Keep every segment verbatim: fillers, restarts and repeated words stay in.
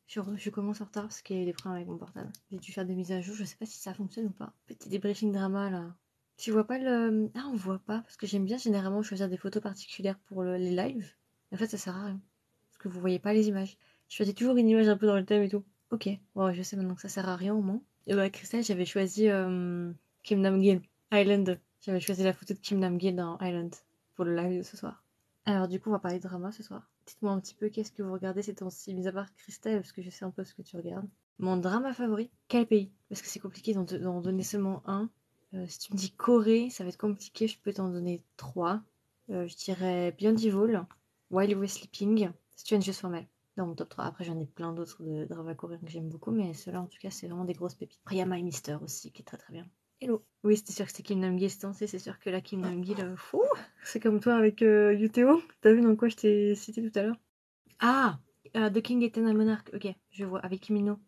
Je, je commence en retard parce qu'il y a eu des problèmes avec mon portable. J'ai dû faire des mises à jour, je sais pas si ça fonctionne ou pas. Petit débriefing drama là. Tu vois pas le... Ah, on voit pas, parce que j'aime bien généralement choisir des photos particulières pour le- les lives. En fait, ça sert à rien, parce que vous voyez pas les images. Je choisis toujours une image un peu dans le thème et tout. Ok, ouais, je sais maintenant que ça sert à rien au moins. Et bah, Christelle, j'avais choisi euh, Kim Nam-gil, Island. J'avais choisi la photo de Kim Nam-gil dans Island pour le live de ce soir. Alors du coup, on va parler de drama ce soir. Dites-moi un petit peu qu'est-ce que vous regardez ces temps-ci, mis à part Christelle, parce que je sais un peu ce que tu regardes. Mon drama favori, quel pays? Parce que c'est compliqué d'en, d'en donner seulement un. Euh, si tu me dis Corée, ça va être compliqué, je peux t'en donner trois. Euh, je dirais Beyond Evil, While You Were Sleeping, Strangers for Mel. Dans mon top trois. Après, j'en ai plein d'autres de dramas coréens que j'aime beaucoup, mais ceux-là, en tout cas, c'est vraiment des grosses pépites. Après, il y a My Mister aussi, qui est très très bien. Hello. Oui, c'était sûr que c'était Kim Nam-gil, c'est sûr que la Kim Nam-gil, euh, fou, c'est comme toi avec euh, Yuteo. T'as vu dans quoi je t'ai cité tout à l'heure? Ah, euh, The King Eternal Monarch. Ok, je vois, avec Kimino.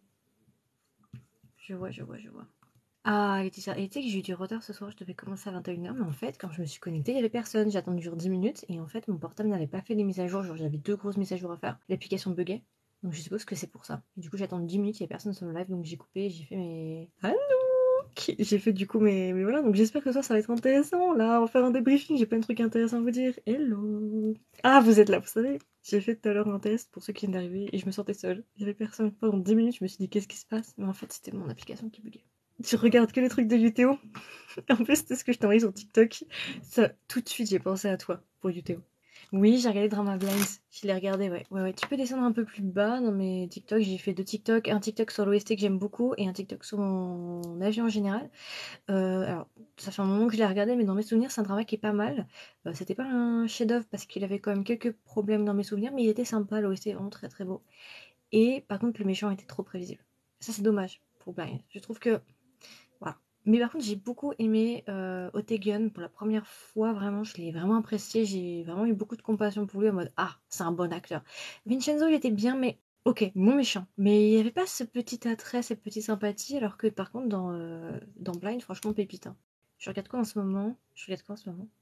Je vois, je vois, je vois. Ah, Laetitia, et tu sais que j'ai eu du retard ce soir, je devais commencer à vingt et une heures, mais en fait, quand je me suis connectée, il n'y avait personne. J'ai attendu genre dix minutes, et en fait, mon portable n'avait pas fait les mises à jour. Genre, j'avais deux grosses mises à jour à faire. L'application buguait, donc je suppose que c'est pour ça. Et du coup, j'ai attendu dix minutes, il n'y avait personne sur le live, donc j'ai coupé, j'ai fait mes... Allô. J'ai fait du coup mes... Mais voilà, donc j'espère que ça, ça va être intéressant. Là, on va faire un débriefing, j'ai plein de trucs intéressants à vous dire. Hello. Ah, vous êtes là, vous savez. J'ai fait tout à l'heure un test pour ceux qui viennent d'arriver, et je me sentais seule. Il n'y avait personne. Pendant dix minutes, je me suis dit, qu'est-ce qui se passe? Mais en fait, c'était mon application qui buguait. Tu regardes que les trucs de Yuteo. En plus, c'était ce que je t'ai envoyé sur TikTok. Ça, tout de suite, j'ai pensé à toi pour Yuteo. Oui, j'ai regardé Drama Blinds. Je l'ai regardé, ouais. ouais. Ouais, tu peux descendre un peu plus bas dans mes TikTok. J'ai fait deux TikTok. Un TikTok sur l'O S T que j'aime beaucoup et un TikTok sur mon avion en général. Euh, alors, ça fait un moment que je l'ai regardé, mais dans mes souvenirs, c'est un drama qui est pas mal. Euh, c'était pas un chef-d'œuvre parce qu'il avait quand même quelques problèmes dans mes souvenirs, mais il était sympa. L'O S T est vraiment très très beau. Et par contre, le méchant était trop prévisible. Ça, c'est dommage pour Blind. Je trouve que voilà. Mais par contre, j'ai beaucoup aimé euh, Otegun pour la première fois, vraiment, je l'ai vraiment apprécié, j'ai vraiment eu beaucoup de compassion pour lui en mode ah, c'est un bon acteur. Vincenzo, il était bien, mais ok, mon méchant. Mais il n'y avait pas ce petit attrait, cette petite sympathie, alors que par contre, dans, euh, dans Blind, franchement, pépite. Hein. Je regarde quoi en ce moment Je regarde quoi en ce moment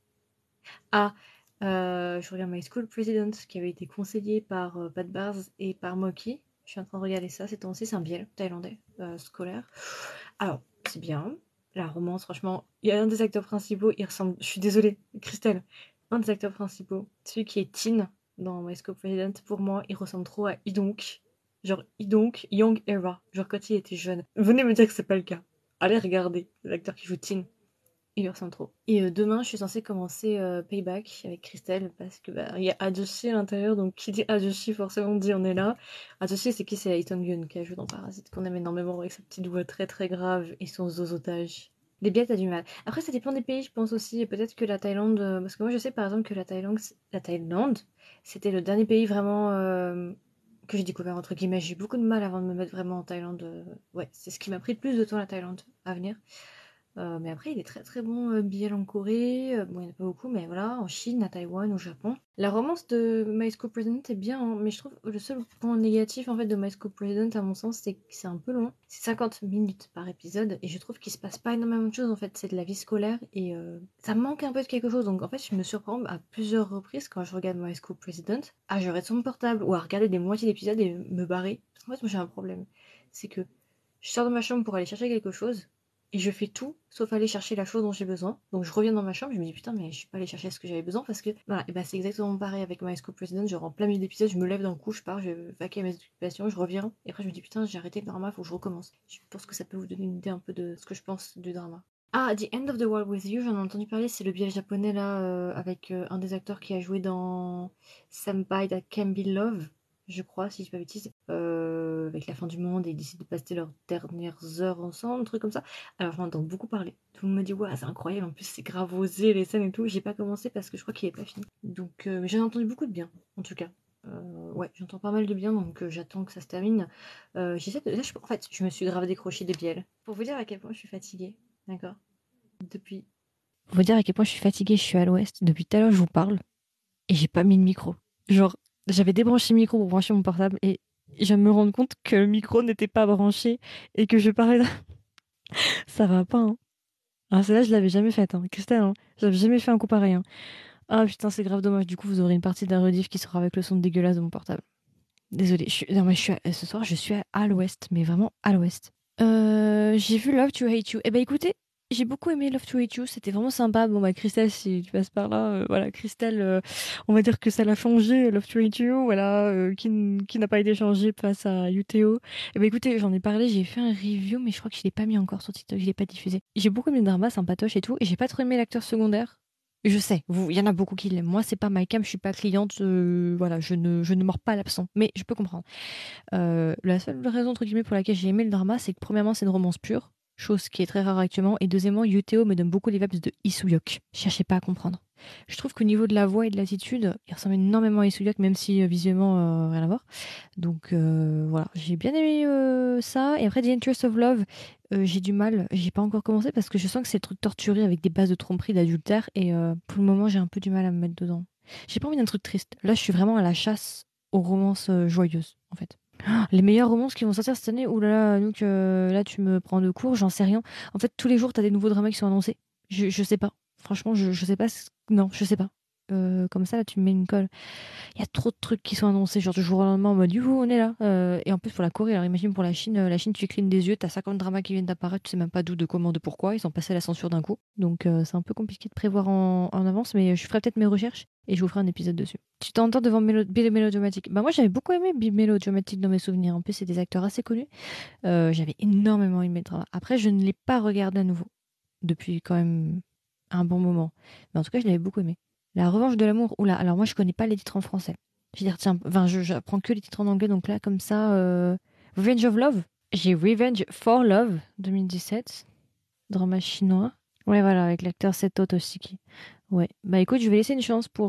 Ah, euh, je regarde My School President, qui avait été conseillé par euh, Pat Bars et par Moki. Je suis en train de regarder ça, c'est temps-ci, c'est un biel thaïlandais, euh, scolaire. Alors, c'est bien. La romance, franchement, il y a un des acteurs principaux, il ressemble. Je suis désolée, Christelle. Un des acteurs principaux, celui qui est Teen dans My School President, pour moi, il ressemble trop à Idonk. Genre Idonk, Young Era. Genre quand il était jeune. Venez me dire que c'est pas le cas. Allez regarder l'acteur qui joue Teen. Il lui ressemble trop. Et euh, demain, je suis censée commencer euh, Payback avec Christelle parce que bah, il y a Adoshi à l'intérieur, donc qui dit Adoshi forcément dit on est là. Adoshi, c'est qui? C'est Aiton Gun qui a joué dans Parasite, qu'on aime énormément avec sa petite voix très très grave et son zozotage. Les biais, t'as du mal. Après, ça dépend des pays, je pense aussi. Et peut-être que la Thaïlande, euh, parce que moi je sais par exemple que la Thaïlande, la Thaïlande, c'était le dernier pays vraiment euh, que j'ai découvert entre guillemets. J'ai eu beaucoup de mal avant de me mettre vraiment en Thaïlande. euh, Ouais, c'est ce qui m'a pris le plus de temps la Thaïlande à venir. Euh, mais après, il est très très bon euh, B L en Corée. Euh, bon, il n'y en a pas beaucoup, mais voilà, en Chine, à Taïwan, au Japon. La romance de My School President est bien, hein, mais je trouve le seul point négatif en fait de My School President, à mon sens, c'est que c'est un peu long. C'est cinquante minutes par épisode, et je trouve qu'il se passe pas énormément de choses en fait. C'est de la vie scolaire, et euh, ça manque un peu de quelque chose. Donc en fait, je me surprends à plusieurs reprises quand je regarde My School President à jouer sur mon portable ou à regarder des moitiés d'épisodes et me barrer. Parce qu'en fait, moi j'ai un problème. C'est que je sors de ma chambre pour aller chercher quelque chose. Et je fais tout sauf aller chercher la chose dont j'ai besoin. Donc je reviens dans ma chambre, je me dis putain, mais je suis pas allée chercher ce que j'avais besoin parce que voilà, et bah c'est exactement pareil avec My School President. Je rentre plein milieu d'épisode, je me lève d'un coup, je pars, je vaquer à mes occupations, je reviens. Et après je me dis putain, j'ai arrêté le drama, faut que je recommence. Je pense que ça peut vous donner une idée un peu de ce que je pense du drama. Ah, The End of the World with You, j'en ai entendu parler, c'est le biais japonais là, euh, avec euh, un des acteurs qui a joué dans Senpai That Can Be Love, je crois, si je dis pas bêtise, euh, avec la fin du monde et ils décident de passer leurs dernières heures ensemble, un truc comme ça. Alors j'en entends beaucoup parler. Tout le monde me dit ouais, c'est incroyable, en plus c'est grave osé les scènes et tout. J'ai pas commencé parce que je crois qu'il est pas fini. Donc, euh, mais j'en ai entendu beaucoup de bien, en tout cas. Euh, ouais, j'entends pas mal de bien, donc euh, j'attends que ça se termine. Euh, j'essaie de... Là, je... En fait, je me suis grave décroché des bielles. Pour vous dire à quel point je suis fatiguée, d'accord. Depuis. Pour vous dire à quel point je suis fatiguée, je suis à l'ouest. Depuis tout à l'heure, je vous parle et j'ai pas mis le micro. Genre, j'avais débranché le micro pour brancher mon portable et je viens de me rendre compte que le micro n'était pas branché et que je parlais. Ça va pas, hein. Ah, celle-là, je l'avais jamais faite, hein. Christelle, hein. J'avais jamais fait un coup pareil, hein. Ah putain, c'est grave dommage. Du coup, vous aurez une partie de la rediff qui sera avec le son dégueulasse de mon portable. Désolée, je suis... Non, mais je suis à- ce soir, je suis à, à l'ouest, mais vraiment à l'ouest. Euh, j'ai vu Love to Hate You. Eh ben écoutez, j'ai beaucoup aimé Love to Hate You, c'était vraiment sympa. Bon bah Christelle, si tu passes par là, euh, voilà, Christelle, euh, on va dire que ça l'a changé, Love to Hate You, voilà, euh, qui, n- qui n'a pas été changé face à U T O. Eh ben écoutez, j'en ai parlé, j'ai fait un review, mais je crois que je l'ai pas mis encore sur TikTok, je l'ai pas diffusé. J'ai beaucoup aimé le drama, sympatoche et tout, et j'ai pas trop aimé l'acteur secondaire. Je sais, vous, il y en a beaucoup qui l'aiment. Moi, c'est pas my cam, je suis pas cliente, euh, voilà, je ne, je ne mords pas l'absent, mais je peux comprendre. Euh, la seule raison, entre guillemets, pour laquelle j'ai aimé le drama, c'est que premièrement, c'est une romance pure, chose qui est très rare actuellement, et deuxièmement, Yuteo me donne beaucoup les vibes de Isuyok. Je cherchais pas à comprendre. Je trouve qu'au niveau de la voix et de l'attitude, il ressemble énormément à Isuyok, même si euh, visuellement, euh, rien à voir. Donc euh, voilà, j'ai bien aimé euh, ça. Et après, The Interest of Love, euh, j'ai du mal, j'ai pas encore commencé parce que je sens que c'est le truc torturé avec des bases de tromperie, d'adultère, et euh, pour le moment, j'ai un peu du mal à me mettre dedans. J'ai pas envie d'un truc triste. Là, je suis vraiment à la chasse aux romances euh, joyeuses, en fait. Les meilleures romances qui vont sortir cette année, ouh là là, donc euh, là tu me prends de court, j'en sais rien. En fait, tous les jours, t'as des nouveaux dramas qui sont annoncés. Je, je sais pas. Franchement, je, je sais pas. ce- Non, je sais pas. Euh, comme ça, là, tu me mets une colle. Il y a trop de trucs qui sont annoncés, genre du jour au lendemain, en mode, youhou, on est là. Euh, et en plus, pour la Corée, alors imagine pour la Chine, euh, la Chine, tu clignes des yeux, t'as cinquante dramas qui viennent d'apparaître, tu sais même pas d'où, de comment, de pourquoi. Ils sont passés à la censure d'un coup. Donc, euh, c'est un peu compliqué de prévoir en, en avance, mais je ferai peut-être mes recherches et je vous ferai un épisode dessus. Tu t'entends devant Mélo Bill Melodramatic. Bah, moi, j'avais beaucoup aimé Bill Melodramatic dans mes souvenirs. En plus, c'est des acteurs assez connus. Euh, j'avais énormément aimé le drama. Après, je ne l'ai pas regardé à nouveau depuis quand même un bon moment. Mais en tout cas, je l'avais beaucoup aimé. La revanche de l'amour. Oula, alors moi, je connais pas les titres en français. Je vais dire, tiens, enfin, je j'apprends que les titres en anglais, donc là, comme ça, euh, Revenge of Love. J'ai Revenge for Love deux mille dix-sept, drama chinois. Ouais, voilà, avec l'acteur Seto Toshiki. Ouais, bah écoute, je vais laisser une chance pour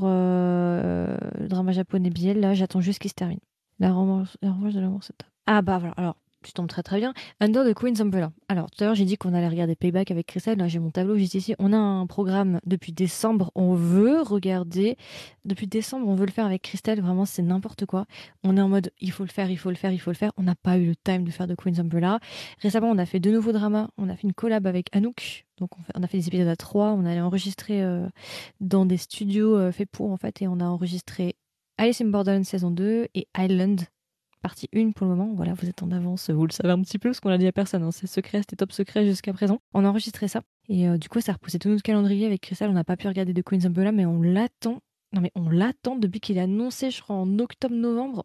euh, le drama japonais Biel. Là, j'attends juste qu'il se termine. La revanche, la revanche de l'amour, c'est top. Ah bah voilà, alors, tu tombes très très bien. Under the Queen's Umbrella. Alors, tout à l'heure, j'ai dit qu'on allait regarder Payback avec Christelle. Là, j'ai mon tableau juste ici. On a un programme depuis décembre. On veut regarder. Depuis décembre, on veut le faire avec Christelle. Vraiment, c'est n'importe quoi. On est en mode, il faut le faire, il faut le faire, il faut le faire. On n'a pas eu le time de faire The Queen's Umbrella. Récemment, on a fait deux nouveaux dramas. On a fait une collab avec Anouk. Donc, on, fait- on a fait des épisodes à trois. On allait enregistrer euh, dans des studios euh, faits pour, en fait. Et on a enregistré Alice in Borderland saison deux et Island partie un pour le moment. Voilà, vous êtes en avance, vous le savez un petit peu, parce qu'on l'a dit à personne. Hein. C'est secret, c'était top secret jusqu'à présent. On a enregistré ça. Et euh, du coup, ça a repoussé tout notre calendrier avec Crystal. On n'a pas pu regarder The Queen's Umbrella, mais on l'attend. Non, mais on l'attend depuis qu'il est annoncé, je crois, en octobre-novembre.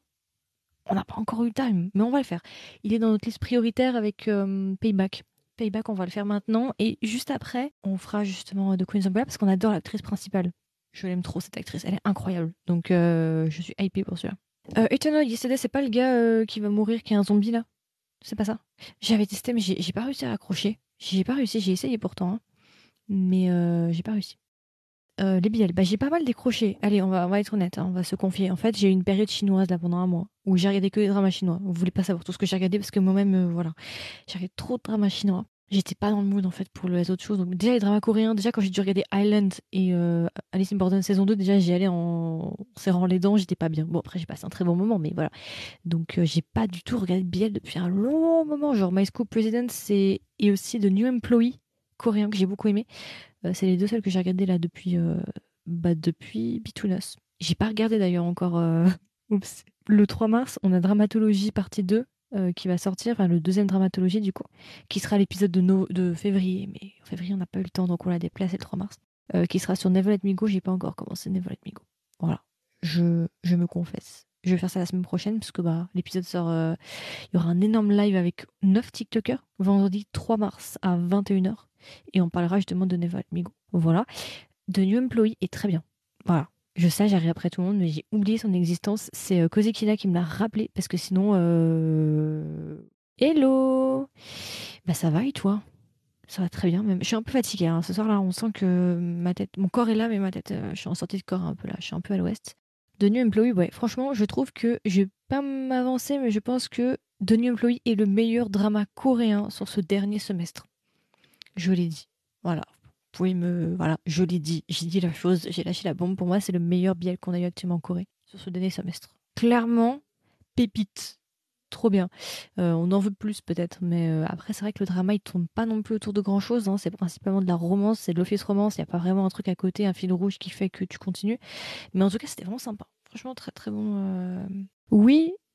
On n'a pas encore eu le time, mais on va le faire. Il est dans notre liste prioritaire avec euh, Payback. Payback, on va le faire maintenant. Et juste après, on fera justement The Queen's Umbrella parce qu'on adore l'actrice principale. Je l'aime trop, cette actrice. Elle est incroyable. Donc, euh, je suis hypée pour celui-là. Euh, Eternal Yesterday, c'est pas le gars euh, qui va mourir, qui est un zombie là? C'est pas ça? J'avais testé, mais j'ai j'ai pas réussi à accrocher. J'ai pas réussi, j'ai essayé pourtant, hein. Mais euh, j'ai pas réussi. Euh, les B L, bah, j'ai pas mal décroché. Allez, on va, on va être honnête, hein, on va se confier. En fait, j'ai eu une période chinoise là pendant un mois où j'ai regardé que des dramas chinois. Vous voulez pas savoir tout ce que j'ai regardé parce que moi-même, euh, voilà, j'ai regardé trop de dramas chinois. J'étais pas dans le mood en fait pour les autres choses. Donc déjà les dramas coréens, déjà quand j'ai dû regarder Island et euh, Alice in Borderland saison deux, déjà j'y allais en serrant les dents, j'étais pas bien. Bon après j'ai passé un très bon moment, mais voilà. Donc euh, j'ai pas du tout regardé de B L depuis un long moment. Genre My School President c'est et aussi The New Employee coréen que j'ai beaucoup aimé. Euh, c'est les deux seuls que j'ai regardés là depuis, euh, bah, depuis Between Us. J'ai pas regardé d'ailleurs encore. euh, Oups. Le trois mars, on a Dramatologie partie deux euh, qui va sortir, enfin le deuxième Dramatologie du coup, qui sera l'épisode de, no- de février. Mais en février, on n'a pas eu le temps, donc on l'a déplacé le trois mars. Euh, qui sera sur Never Let Me Go. J'ai pas encore commencé Never Let Me Go. Voilà, je, je me confesse. Je vais faire ça la semaine prochaine parce que bah, l'épisode sort. euh, Il y aura un énorme live avec neuf TikTokers vendredi trois mars à vingt et une heures. Et on parlera justement de Never Let Me Go. Voilà. The New Employee est très bien. Voilà. Je sais, j'arrive après tout le monde, mais j'ai oublié son existence. C'est euh, Kozekina qui me l'a rappelé, parce que sinon... euh, Hello. Bah ça va et toi? Ça va très bien, même. Je suis un peu fatiguée, hein. Ce soir-là, on sent que ma tête... Mon corps est là, mais ma tête... euh, je suis en sortie de corps un peu là. Je suis un peu à l'ouest. The New Employee, ouais. Franchement, je trouve que... Je vais pas m'avancer, mais je pense que The New Employee est le meilleur drama coréen sur ce dernier semestre. Je l'ai dit. Voilà. Vous pouvez me. Voilà, je l'ai dit. J'ai dit la chose. J'ai lâché la bombe. Pour moi, c'est le meilleur biel qu'on a eu actuellement en Corée sur ce dernier semestre. Clairement, pépite. Trop bien. Euh, on en veut plus peut-être, mais euh, après c'est vrai que le drama il tourne pas non plus autour de grand chose. Hein. C'est principalement de la romance, c'est de l'office romance. Il y a pas vraiment un truc à côté, un fil rouge qui fait que tu continues. Mais en tout cas, c'était vraiment sympa. Franchement, très très bon. euh. Oui,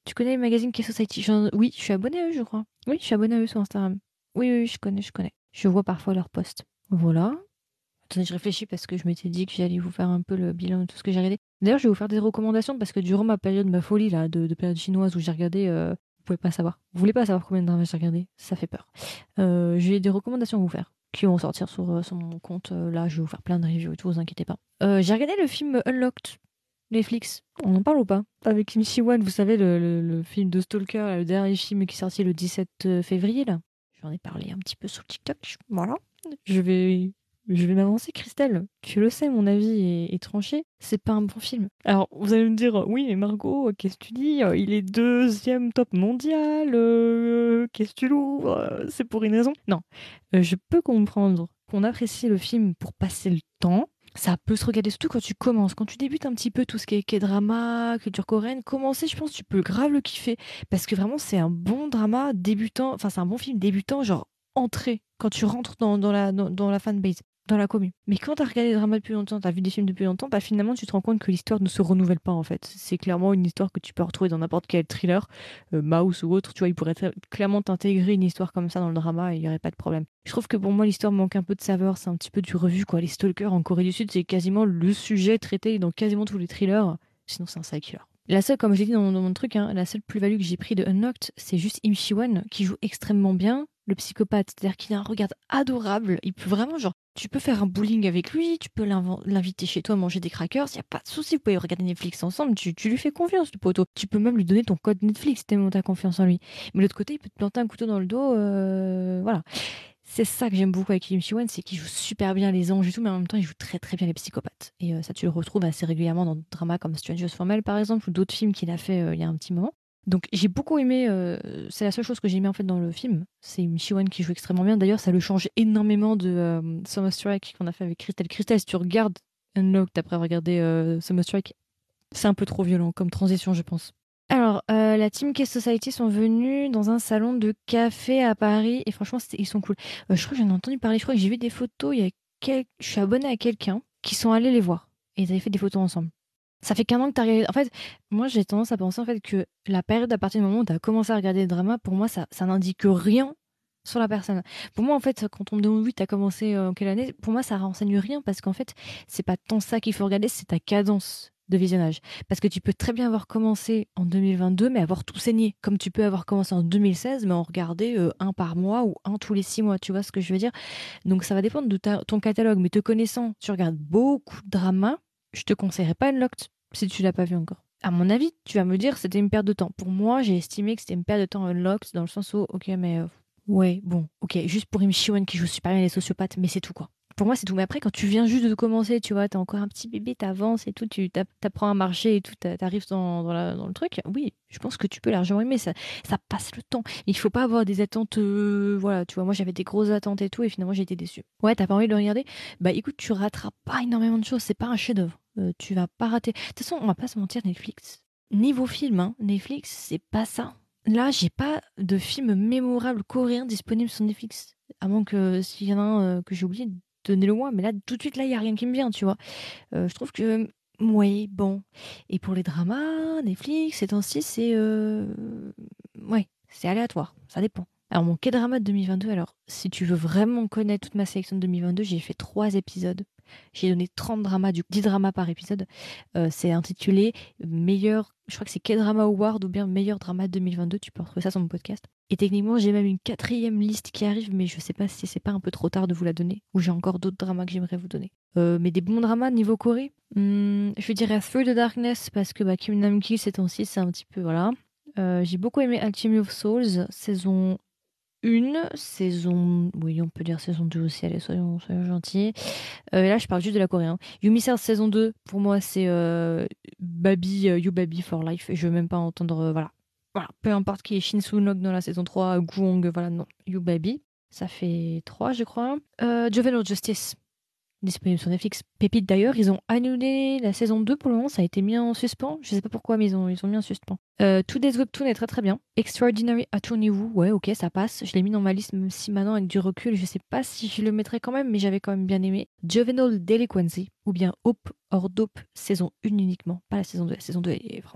Tu connais le magazine K-Society? J'en- Oui, je suis abonnée à eux, je crois. Oui, je suis abonnée à eux sur Instagram. Oui, oui, oui, je connais, je connais. Je vois parfois leurs posts. Voilà. Attendez, je réfléchis parce que je m'étais dit que j'allais vous faire un peu le bilan de tout ce que j'ai regardé. D'ailleurs, je vais vous faire des recommandations parce que durant ma période, ma folie là, de, de période chinoise où j'ai regardé, euh, vous pouvez pas savoir. Vous voulez pas savoir combien de dramas j'ai regardé? Ça fait peur. Euh, j'ai des recommandations à vous faire qui vont sortir sur, euh, sur mon compte. Euh, là, je vais vous faire plein de reviews et tout, vous inquiétez pas. Euh, j'ai regardé le film Unlocked, Netflix. On en parle ou pas? Avec Kim Si-won, vous savez, le, le, le film de Stalker, là, le dernier film qui est sorti le dix-sept février là. J'en ai parlé un petit peu sur TikTok. Voilà. Je vais je vais m'avancer, Christelle. Tu le sais, mon avis est, est tranché. C'est pas un bon film. Alors, vous allez me dire, oui, mais Margot, qu'est-ce que tu dis? Euh, Il est deuxième top mondial. euh, qu'est-ce que tu loues? Euh, C'est pour une raison. Non, Euh, je peux comprendre qu'on apprécie le film pour passer le temps. Ça peut se regarder, surtout quand tu commences, quand tu débutes un petit peu tout ce qui est K-drama, culture coréenne. Commencer, je pense, tu peux grave le kiffer. Parce que vraiment, c'est un bon drama débutant. Enfin, c'est un bon film débutant, genre entrée, quand tu rentres dans, dans la, dans, dans la fanbase, dans la commune. Mais quand t'as regardé des dramas depuis longtemps, t'as vu des films depuis longtemps, bah finalement tu te rends compte que l'histoire ne se renouvelle pas en fait. C'est clairement une histoire que tu peux retrouver dans n'importe quel thriller, euh, Mouse ou autre, tu vois, il pourrait très- clairement t'intégrer une histoire comme ça dans le drama et il y aurait pas de problème. Je trouve que pour moi l'histoire manque un peu de saveur, c'est un petit peu du revu quoi. Les stalkers en Corée du Sud, c'est quasiment le sujet traité dans quasiment tous les thrillers, sinon c'est un side killer. La seule, comme je l'ai dit dans, dans mon truc, hein, la seule plus-value que j'ai pris de Unlocked, c'est juste Im Shi-won qui joue extrêmement bien le psychopathe. C'est-à-dire qu'il a un regard adorable. Il peut vraiment, genre, tu peux faire un bowling avec lui, tu peux l'inv- l'inviter chez toi à manger des crackers, il n'y a pas de souci. Vous pouvez regarder Netflix ensemble, tu, tu lui fais confiance, le poteau. Tu peux même lui donner ton code Netflix tellement t'as confiance en lui. Mais de l'autre côté, il peut te planter un couteau dans le dos. euh, Voilà. C'est ça que j'aime beaucoup avec Kim Si-won, c'est qu'il joue super bien les anges et tout, mais en même temps, il joue très très bien les psychopathes. Et euh, ça, tu le retrouves assez régulièrement dans des dramas comme Strangers for Mel, par exemple, ou d'autres films qu'il a fait euh, il y a un petit moment. Donc j'ai beaucoup aimé, euh, c'est la seule chose que j'ai aimé en fait dans le film, c'est Im Shi-won qui joue extrêmement bien. D'ailleurs, ça le change énormément de euh, Summer Strike qu'on a fait avec Christelle. Christelle, si tu regardes Unlocked après avoir regardé euh, Summer Strike, c'est un peu trop violent comme transition, je pense. Alors, euh, la Team K-Society sont venus dans un salon de café à Paris et franchement, c'était- ils sont cool. Euh, je crois que j'en ai entendu parler, je crois que j'ai vu des photos, il y a quel... je suis abonnée à quelqu'un qui sont allés les voir et ils avaient fait des photos ensemble. Ça fait qu'un an que t'as regardé. En fait, moi j'ai tendance à penser en fait que la période à partir du moment où t'as commencé à regarder des dramas, pour moi ça, ça n'indique rien sur la personne. Pour moi en fait, quand on me demande oui t'as commencé euh, en quelle année, pour moi ça renseigne rien parce qu'en fait c'est pas tant ça qu'il faut regarder, c'est ta cadence de visionnage. Parce que tu peux très bien avoir commencé en deux mille vingt-deux mais avoir tout saigné, comme tu peux avoir commencé en deux mille seize mais en regarder euh, un par mois ou un tous les six mois. Tu vois ce que je veux dire? Donc ça va dépendre de ta- ton catalogue. Mais te connaissant, tu regardes beaucoup de dramas. Je te conseillerais pas Unlocked si tu l'as pas vu encore. À mon avis, tu vas me dire c'était une perte de temps. Pour moi, j'ai estimé que c'était une perte de temps Unlocked dans le sens où, ok, mais euh, ouais, bon, ok, juste pour Im Shi-won qui joue super bien les sociopathes, mais c'est tout quoi. Pour moi, c'est tout. Mais après, quand tu viens juste de commencer, tu vois, t'es encore un petit bébé, t'avances et tout, tu t'app- t'apprends à marcher et tout, t'a- t'arrives dans, dans, la- dans le truc. Oui, je pense que tu peux largement aimer. Ça, ça passe le temps. Il faut pas avoir des attentes. euh, voilà, tu vois, moi j'avais des grosses attentes et tout, et finalement j'ai été déçue. Ouais, t'as pas envie de le regarder? Bah écoute, tu rateras pas énormément de choses. C'est pas un chef-d'œuvre. Euh, tu vas pas rater. De toute façon, on va pas se mentir, Netflix. Niveau film, hein, Netflix, c'est pas ça. Là, j'ai pas de film mémorable coréen disponible sur Netflix. À moins que s'il y en a un euh, que j'ai oublié, donnez-le moi. Mais là, tout de suite, là, il y a rien qui me vient, tu vois. Euh, je trouve que, oui, bon. Et pour les dramas, Netflix, ces temps-ci, c'est... Euh... Ouais, c'est aléatoire. Ça dépend. Alors, mon K-drama de deux mille vingt-deux, alors, si tu veux vraiment connaître toute ma sélection de deux mille vingt-deux, j'ai fait trois épisodes. J'ai donné trente dramas, du coup, dix dramas par épisode. Euh, c'est intitulé meilleur, je crois que c'est K-Drama Award ou bien meilleur drama deux mille vingt-deux. Tu peux retrouver ça sur mon podcast. Et techniquement, j'ai même une quatrième liste qui arrive, mais je sais pas si c'est pas un peu trop tard de vous la donner, ou j'ai encore d'autres dramas que j'aimerais vous donner. Euh, mais des bons dramas niveau Corée, hmm, je dirais Through the Darkness, parce que bah, Kim Nam-ki, ces temps-ci, c'est un petit peu, voilà. Euh, j'ai beaucoup aimé Alchemy of Souls, saison une, saison... Oui, on peut dire saison deux aussi, allez, soyons, soyons gentils. Euh, et là, je parle juste de la coréenne. Yumi Stars saison deux, pour moi, c'est euh, Baby, euh, You Baby for Life. Et je veux même pas entendre... euh, voilà. Voilà. Peu importe qui est Shin Soo-nok dans la saison trois, Guong, voilà, non. You Baby. Ça fait trois, je crois. Euh, Juvenile Justice, disponible sur Netflix. Pépite d'ailleurs, ils ont annulé la saison deux pour le moment, ça a été mis en suspens. Je sais pas pourquoi, mais ils ont, ils ont mis en suspens. Euh, Today's Webtoon est très très bien. Extraordinary Attorney Woo, ouais, ok, ça passe. Je l'ai mis dans ma liste, même si maintenant, avec du recul, je sais pas si je le mettrais quand même, mais j'avais quand même bien aimé. Juvenile Delinquency, ou bien Hope or Dope, saison un uniquement, pas la saison deux. La saison deux est vraiment pas ouf.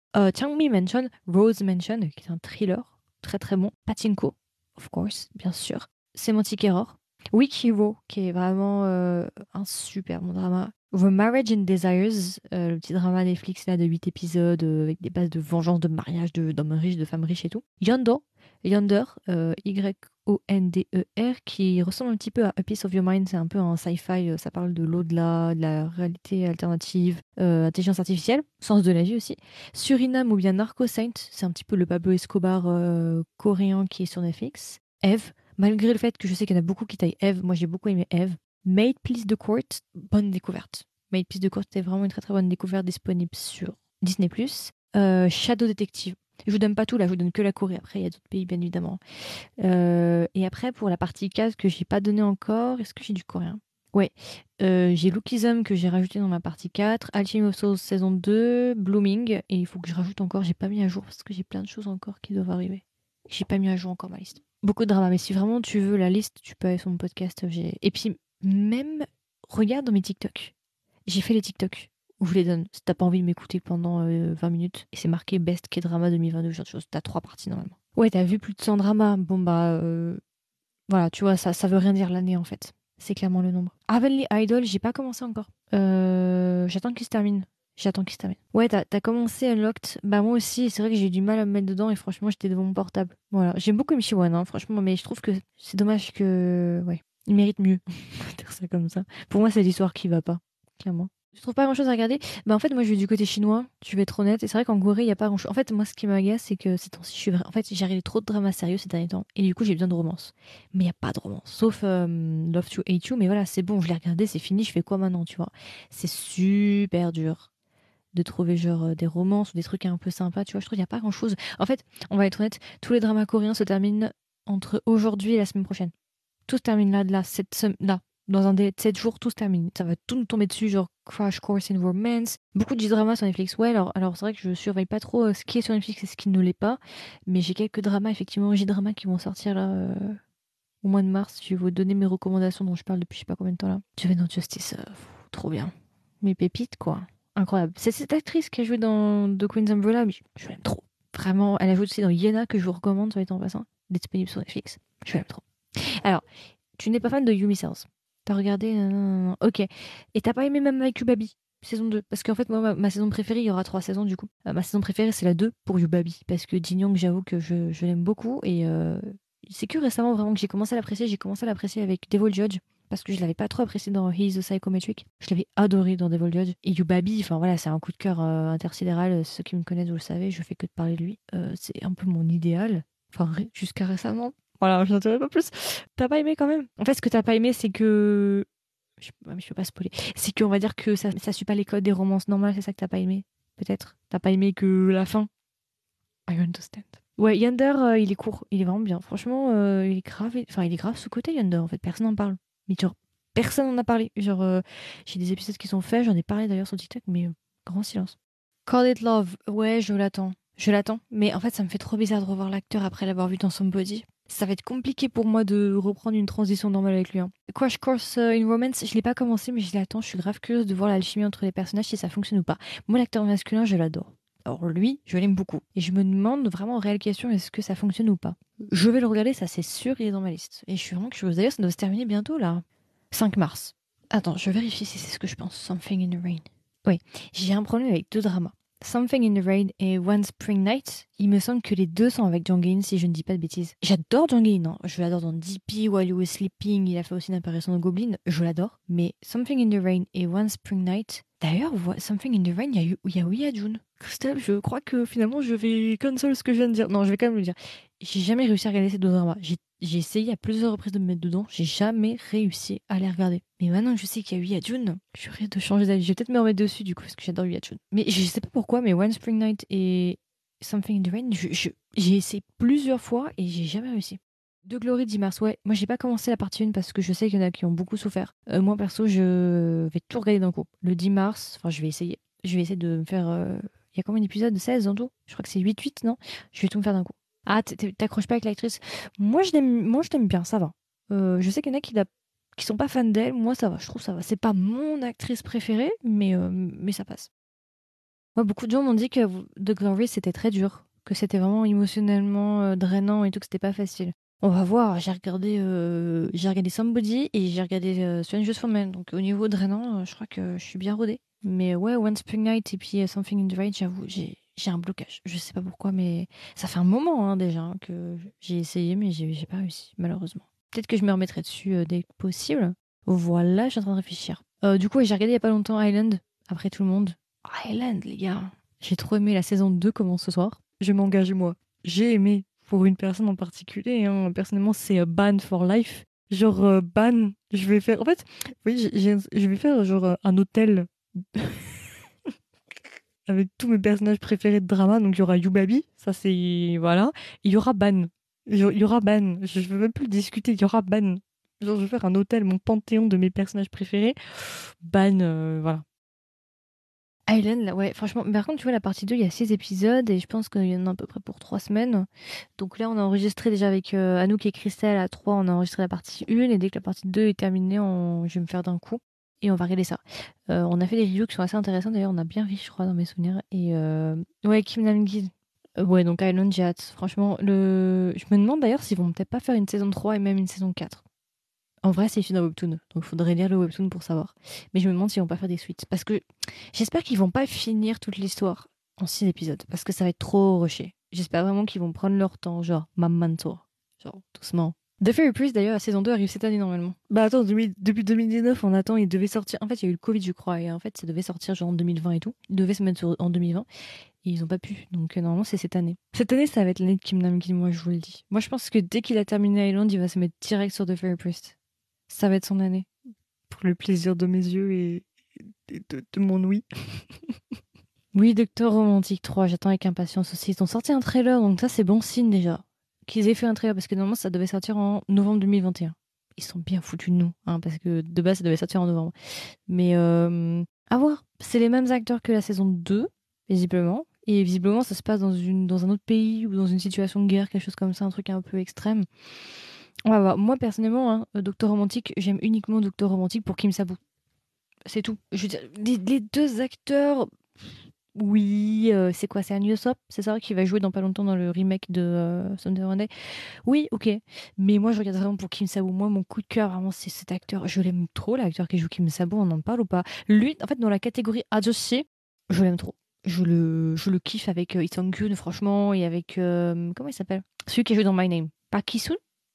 Euh, Changmi Mansion, Rose Mansion, qui est un thriller très très bon. Pachinko, of course, bien sûr. Semantic Error. Weak Hero, qui est vraiment euh, un super bon drama. The Marriage and Desires, euh, le petit drama Netflix là de huit épisodes euh, avec des bases de vengeance, de mariage, de- d'hommes riches, de femmes riches et tout. Yonder, Yonder, euh, Y O N D E R, qui ressemble un petit peu à A Piece of Your Mind. C'est un peu un sci-fi, euh, ça parle de l'au-delà, de la réalité alternative, euh, intelligence artificielle, sens de la vie aussi. Suriname ou bien Narco Saint, c'est un petit peu le Pablo Escobar euh, coréen qui est sur Netflix. Eve, malgré le fait que je sais qu'il y en a beaucoup qui taillent Eve, moi j'ai beaucoup aimé Eve. Made Please the Court, bonne découverte. Made Please the Court était vraiment une très très bonne découverte disponible sur Disney+. Euh, Shadow Detective. Je vous donne pas tout là, je vous donne que la Corée. Après, il y a d'autres pays bien évidemment. Euh, et après, pour la partie quatre que j'ai pas donné encore, est-ce que j'ai du coréen? Ouais, euh, j'ai Lookism que j'ai rajouté dans ma partie quatre, Alchemy of Souls saison deux, Blooming, et il faut que je rajoute encore, j'ai pas mis à jour parce que j'ai plein de choses encore qui doivent arriver. J'ai pas mis à jour encore ma liste. Beaucoup de drama, mais si vraiment tu veux la liste, tu peux aller sur mon podcast. J'ai... Et puis, même, regarde dans mes TikTok. J'ai fait les TikTok où je les donne. Si t'as pas envie de m'écouter pendant euh, vingt minutes, et c'est marqué Best K-Drama deux mille vingt-deux, genre de choses. T'as trois parties normalement. Ouais, t'as vu plus de cent dramas. Bon, bah, euh, voilà, tu vois, ça, ça veut rien dire l'année en fait. C'est clairement le nombre. Heavenly Idol, j'ai pas commencé encore. Euh, j'attends qu'il se termine. J'attends qu'il se termine. Ouais, t'as, t'as commencé Unlocked. Bah, moi aussi, c'est vrai que j'ai eu du mal à me mettre dedans et franchement, j'étais devant mon portable. Voilà, j'aime beaucoup M C un, hein, franchement, mais je trouve que c'est dommage que. Ouais, il mérite mieux. On va dire ça comme ça. Pour moi, c'est l'histoire qui va pas, clairement. Je trouve pas grand chose à regarder. Bah, en fait, moi, je vais du côté chinois, je vais être honnête. Et c'est vrai qu'en Corée, il y a pas grand chose. En fait, moi, ce qui m'agace, c'est que ces temps-ci, je suis vra- en fait, j'ai regardé trop de dramas sérieux ces derniers temps. Et du coup, j'ai besoin de romance. Mais il n'y a pas de romance. Sauf euh, Love to Hate You. Mais voilà, c'est bon, je l'ai regardé, c'est fini, je fais quoi maintenant, tu vois. C'est super dur de trouver genre euh, des romances ou des trucs un peu sympas, tu vois. Je trouve qu'il n'y a pas grand-chose. En fait, on va être honnête, tous les dramas coréens se terminent entre aujourd'hui et la semaine prochaine. Tout se termine là, de là, cette sem- là. Dans un délai de sept jours, tout se termine. Ça va tout nous tomber dessus, genre Crash Course in Romance. Beaucoup de dramas sur Netflix. Ouais, alors, alors c'est vrai que je surveille pas trop euh, ce qui est sur Netflix et ce qui ne l'est pas. Mais j'ai quelques dramas, effectivement, J-dramas qui vont sortir là euh, au mois de mars. Je vais vous donner mes recommandations dont je parle depuis je sais pas combien de temps là. Juvenile Justice, euh, pff, trop bien. Mes pépites, quoi. Incroyable. C'est cette actrice qui a joué dans The Queen's Umbrella, mais je, je l'aime trop. Vraiment, elle a joué aussi dans Yena, que je vous recommande, soit en passant, disponible sur Netflix. Je l'aime trop. Alors, tu n'es pas fan de Yumi Cells. T'as regardé euh, non, non, non. Ok. Et t'as pas aimé même My Baby saison deux. Parce qu'en fait, moi, ma, ma saison préférée, il y aura trois saisons du coup. Euh, ma saison préférée, c'est la deux pour Yubabi. Parce que Jin Young, j'avoue que je, je l'aime beaucoup. Et euh, c'est que récemment, vraiment, que j'ai commencé à l'apprécier. J'ai commencé à l'apprécier avec Devil Judge. Parce que je l'avais pas trop apprécié dans He's a Psychometric. Je l'avais adoré dans Devil Judge. Et Yubabi, enfin voilà, c'est un coup de cœur euh, intersidéral. Ceux qui me connaissent, vous le savez, je fais que de parler de lui. Euh, c'est un peu mon idéal. Enfin, ré- jusqu'à récemment. Voilà, je n'en dirai pas plus. T'as pas aimé quand même? En fait, ce que t'as pas aimé, c'est que. Je, ouais, mais je peux pas spoiler. C'est qu'on va dire que ça, ça suit pas les codes des romances normales, c'est ça que t'as pas aimé? Peut-être? T'as pas aimé que la fin? I understand. Ouais, Yonder, euh, il est court, il est vraiment bien. Franchement, euh, il est grave. Enfin, il est grave sous-côté, Yonder, en fait. Personne n'en parle. Mais genre, personne n'en a parlé. Genre, euh, j'ai des épisodes qui sont faits, j'en ai parlé d'ailleurs sur TikTok, mais euh, grand silence. Call It Love, ouais, je l'attends. Je l'attends. Mais en fait, ça me fait trop bizarre de revoir l'acteur après l'avoir vu dans son body. Ça va être compliqué pour moi de reprendre une transition normale avec lui, hein. Crash Course euh, in Romance, je l'ai pas commencé, mais je l'attends. Je suis grave curieuse de voir l'alchimie entre les personnages, si ça fonctionne ou pas. Moi, l'acteur masculin, je l'adore. Alors lui, je l'aime beaucoup. Et je me demande vraiment, réelle question, est-ce que ça fonctionne ou pas? Je vais le regarder, ça c'est sûr, il est dans ma liste. Et je suis vraiment curieuse. D'ailleurs, ça doit se terminer bientôt, là. cinq mars. Attends, je vérifie si c'est ce que je pense. Something in the Rain. Oui, j'ai un problème avec deux dramas. Something in the Rain et One Spring Night, il me semble que les deux sont avec Jang In, si je ne dis pas de bêtises. J'adore Jang In, hein. Je l'adore dans D P, While You Were Sleeping, il a fait aussi une apparition dans Goblin, je l'adore. Mais Something in the Rain et One Spring Night, d'ailleurs, Something in the Rain, il y a eu, il y a Ouya Jun. Christelle, je crois que finalement je vais cancel ce que je viens de dire. Non, je vais quand même le dire. J'ai jamais réussi à regarder ces deux dramas. J'ai j'ai essayé à plusieurs reprises de me mettre dedans, j'ai jamais réussi à les regarder. Mais maintenant que je sais qu'il y a eu Yajun, je risque de changer d'avis. Je vais peut-être me remettre dessus du coup, parce que j'adore Yajun. Mais je sais pas pourquoi, mais One Spring Night et Something in the Rain, je- je- j'ai essayé plusieurs fois et j'ai jamais réussi. De Glory dix mars, ouais. Moi, j'ai pas commencé la partie un parce que je sais qu'il y en a qui ont beaucoup souffert. Euh, moi, perso, je vais tout regarder d'un coup. Le dix mars, enfin, je vais essayer. Je vais essayer de me faire. euh, Il y a combien d'épisodes? seize en tout? Je crois que c'est huit huit, non? Je vais tout me faire d'un coup. Ah, t- t- t'accroches pas avec l'actrice? Moi, je l'aime, moi, je t'aime bien, ça va. Euh, je sais qu'il y en a qui, la- qui sont pas fans d'elle. Moi, ça va, je trouve ça va. C'est pas mon actrice préférée, mais, euh, mais ça passe. Moi, beaucoup de gens m'ont dit que docteur Reese c'était très dur, que c'était vraiment émotionnellement euh, drainant et tout, que c'était pas facile. On va voir, j'ai regardé, euh, j'ai regardé Somebody et j'ai regardé euh, Strangers for Men. Donc au niveau drainant, euh, je crois que je suis bien rodée. Mais ouais, One Spring Night et puis euh, Something in the Right, j'avoue, j'ai, j'ai un blocage. Je sais pas pourquoi, mais ça fait un moment hein, déjà hein, que j'ai essayé, mais j'ai, j'ai pas réussi, malheureusement. Peut-être que je me remettrai dessus euh, dès que possible. Voilà, je suis en train de réfléchir. Euh, du coup, ouais, j'ai regardé il y a pas longtemps Island, après tout le monde. Island, les gars. J'ai trop aimé la saison deux commence ce soir. Je m'engage, moi. J'ai aimé pour une personne en particulier. Hein. Personnellement, c'est euh, Ban for Life. Genre, euh, Ban, je vais faire. En fait, oui, j'ai- j'ai- je vais faire genre euh, un hôtel avec tous mes personnages préférés de drama. Donc, il y aura Yubabi, ça c'est. Voilà. Il y aura Ban. Il y il y aura Ban. Je ne veux même plus le discuter. Il y aura Ban. Genre, je vais faire un hôtel, mon panthéon de mes personnages préférés. Ban, euh, voilà. Island, là, ouais, franchement, mais par contre, tu vois, la partie deux, il y a six épisodes et je pense qu'il y en a à peu près pour trois semaines. Donc là, on a enregistré déjà avec euh, Anouk et Christelle à trois, on a enregistré la partie un et dès que la partie deux est terminée, on... je vais me faire d'un coup et on va regarder ça. Euh, on a fait des reviews qui sont assez intéressantes, d'ailleurs, on a bien ri, je crois, dans mes souvenirs. Et euh... ouais, Kim Nam-gil. Euh, ouais, donc Island, j'ai hâte. Franchement, le... je me demande d'ailleurs s'ils vont peut-être pas faire une saison trois et même une saison quatre. En vrai, c'est écrit dans Webtoon, donc il faudrait lire le Webtoon pour savoir. Mais je me demande s'ils vont pas faire des suites. Parce que j'espère qu'ils vont pas finir toute l'histoire en six épisodes, parce que ça va être trop rushé. J'espère vraiment qu'ils vont prendre leur temps, genre Mamman Tour. Genre, doucement. The Fairy Priest, d'ailleurs, la saison deux arrive cette année normalement. Bah attends, demi- depuis deux mille dix-neuf, on attend, il devait sortir. En fait, il y a eu le Covid, je crois, et en fait, ça devait sortir genre en deux mille vingt et tout. Il devait se mettre sur- en deux mille vingt, et ils ont pas pu. Donc euh, normalement, c'est cette année. Cette année, ça va être l'année de Kim Nam-gil, moi, je vous le dis. Moi, je pense que dès qu'il a terminé Island, il va se mettre direct sur The Fairy Priest. Ça va être son année. Pour le plaisir de mes yeux et, et de, de mon ouïe. Oui, Docteur Romantique trois, j'attends avec impatience aussi. Ils ont sorti un trailer, donc ça c'est bon signe déjà. Qu'ils aient fait un trailer, parce que normalement ça devait sortir en novembre deux mille vingt et un. Ils sont bien foutus de nous, hein, parce que de base ça devait sortir en novembre. Mais euh, à voir. C'est les mêmes acteurs que la saison deux, visiblement. Et visiblement ça se passe dans, une, dans un autre pays ou dans une situation de guerre, quelque chose comme ça, un truc un peu extrême. On va voir. Moi personnellement, hein, Docteur Romantique, j'aime uniquement Docteur Romantique pour Kim Sabu. C'est tout. Je veux dire, les, les deux acteurs, oui, euh, c'est quoi? C'est An Yusop, c'est ça qui va jouer dans pas longtemps dans le remake de euh, Sunday Monday. Oui, ok. Mais moi, je regarde vraiment pour Kim Sabu. Moi, mon coup de cœur, vraiment, c'est cet acteur. Je l'aime trop, l'acteur qui joue Kim Sabu. On en parle ou pas? Lui, en fait, dans la catégorie Ajoshi, je l'aime trop. Je le, je le kiffe avec euh, Lee Sung-kyun, franchement, et avec euh, comment il s'appelle? Celui qui joue dans My Name. Pas Ki-sun?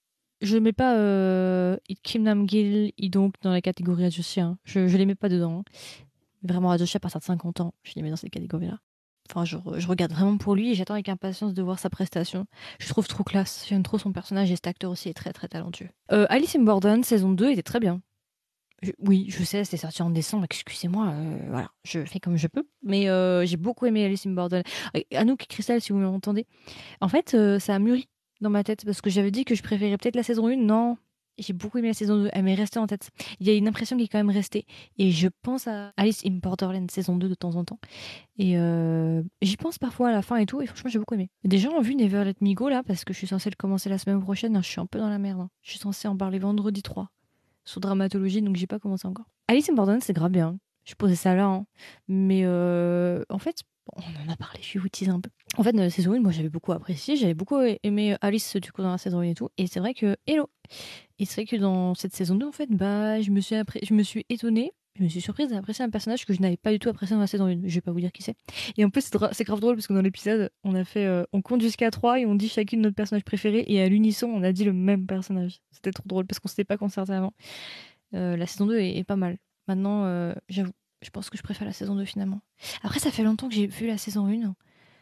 Je mets pas euh, Kim Nam-gil, donc dans la catégorie Ajoshi. Hein. Je, je les mets pas dedans. Hein. Vraiment Ajoshi à partir de cinquante ans, je les mets dans cette catégorie-là. Enfin, je, je regarde vraiment pour lui et j'attends avec impatience de voir sa prestation. Je trouve trop classe, j'aime trop son personnage et cet acteur aussi est très très talentueux. Euh, Alice in Borderland, saison deux, était très bien. Je- oui, je sais, c'est sorti en décembre, excusez-moi, euh, voilà, je fais comme je peux. Mais euh, j'ai beaucoup aimé Alice in Borderland. Euh, Anouk et Christelle, si vous m'entendez, en fait, euh, ça a mûri dans ma tête parce que j'avais dit que je préférais peut-être la saison un. Non, j'ai beaucoup aimé la saison deux. Elle m'est restée en tête. Il y a une impression qui est quand même restée. Et je pense à Alice in Borderland saison deux de temps en temps. Et euh, j'y pense parfois à la fin et tout. Et franchement, j'ai beaucoup aimé. Des gens ont vu Never Let Me Go là parce que je suis censée le commencer la semaine prochaine. Je suis un peu dans la merde. Hein. Je suis censée en parler vendredi trois sur Dramatologie, donc j'ai pas commencé encore. Alice in Borderland, c'est grave bien. Je posais ça là. Hein. Mais euh, en fait, bon, on en a parlé, je vais vous teaser un peu. En fait, dans la saison un, moi j'avais beaucoup apprécié. J'avais beaucoup aimé Alice du coup dans la saison un et tout. Et c'est vrai que, hello! Et c'est vrai que dans cette saison deux, en fait, bah, je me suis, appré- je me suis étonnée. Je me suis surprise d'apprécier un personnage que je n'avais pas du tout apprécié dans la saison un. Je vais pas vous dire qui c'est. Et en plus, c'est, dra- c'est grave drôle parce que dans l'épisode, on a fait, euh, on compte jusqu'à trois et on dit chacune notre personnage préféré et à l'unisson, on a dit le même personnage. C'était trop drôle parce qu'on s'était pas concerté avant. Euh, la saison deux est, est pas mal. Maintenant, euh, j'avoue, je pense que je préfère la saison deux finalement. Après, ça fait longtemps que j'ai vu la saison un.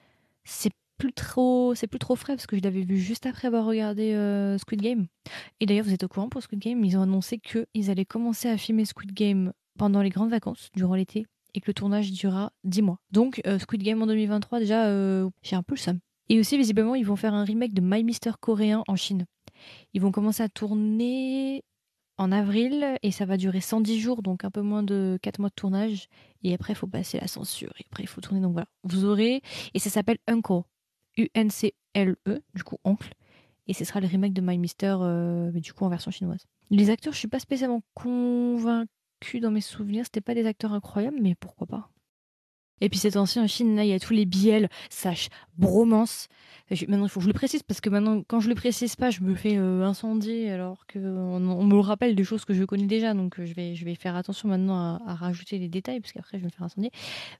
C'est plus trop, c'est plus trop frais parce que je l'avais vu juste après avoir regardé euh, Squid Game. Et d'ailleurs, vous êtes au courant pour Squid Game, ils ont annoncé qu'ils allaient commencer à filmer Squid Game pendant les grandes vacances, durant l'été, et que le tournage durera dix mois. Donc, euh, Squid Game en deux mille vingt-trois, déjà, euh, j'ai un peu le seum. Et aussi, visiblement, ils vont faire un remake de My Mister coréen en Chine. Ils vont commencer à tourner en avril et ça va durer cent dix jours, donc un peu moins de quatre mois de tournage. Et après, il faut passer la censure. Et après, il faut tourner. Donc voilà, vous aurez. Et ça s'appelle Uncle. U N C L E, du coup, oncle. Et ce sera le remake de My Mister, euh, mais du coup en version chinoise. Les acteurs, je suis pas spécialement convaincue dans mes souvenirs. C'était pas des acteurs incroyables, mais pourquoi pas. Et puis ces temps-ci en Chine, là, il y a tous les B L, slash bromance. Je- maintenant, il faut que je le précise parce que maintenant, quand je le précise pas, je me fais euh, incendier alors qu'on on on me rappelle des choses que je connais déjà. Donc euh, je vais, je vais faire attention maintenant à, à rajouter les détails parce qu'après je vais me faire incendier.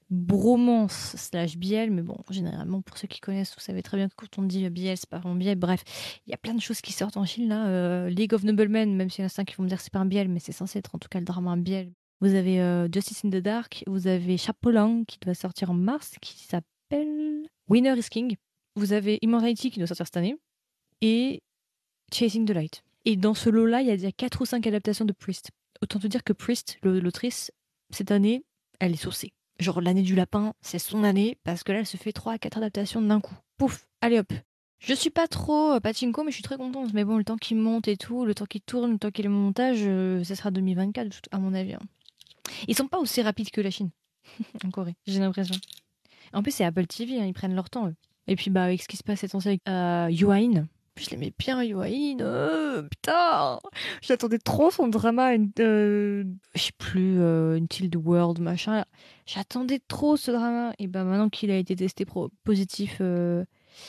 Bromance slash B L, mais bon, généralement, pour ceux qui connaissent, vous savez très bien que quand on dit B L, c'est pas vraiment B L. Bref, il y a plein de choses qui sortent en Chine là. Euh, League of Noblemen, même s'il y en a certains qui vont me dire que c'est pas un B L, mais c'est censé être en tout cas le drama un B L. Vous avez euh, Justice in the Dark, vous avez Chapeau qui doit sortir en mars, qui s'appelle Winner is King. Vous avez Immortality qui doit sortir cette année, et Chasing the Light. Et dans ce lot-là, il y a déjà quatre ou cinq adaptations de Priest. Autant te dire que Priest, le- l'autrice, cette année, elle est saucée. Genre l'année du lapin, c'est son année, parce que là, elle se fait trois à quatre adaptations d'un coup. Pouf, allez hop. Je suis pas trop euh, pachinko, mais je suis très contente. Mais bon, le temps qu'il monte et tout, le temps qu'il tourne, le temps qu'il est montage, euh, ça sera deux mille vingt-quatre, à mon avis. Hein. Ils sont pas aussi rapides que la Chine, en Corée, j'ai l'impression. En plus, c'est Apple T V, hein, ils prennent leur temps, eux. Et puis, bah, avec ce qui se passe cette série avec euh, Yuain, je l'aimais bien, Yuain. Euh, putain, j'attendais trop son drama, une, euh, je sais plus, euh, Until the World, machin. J'attendais trop ce drama. Et bah, maintenant qu'il a été testé pro- positif euh,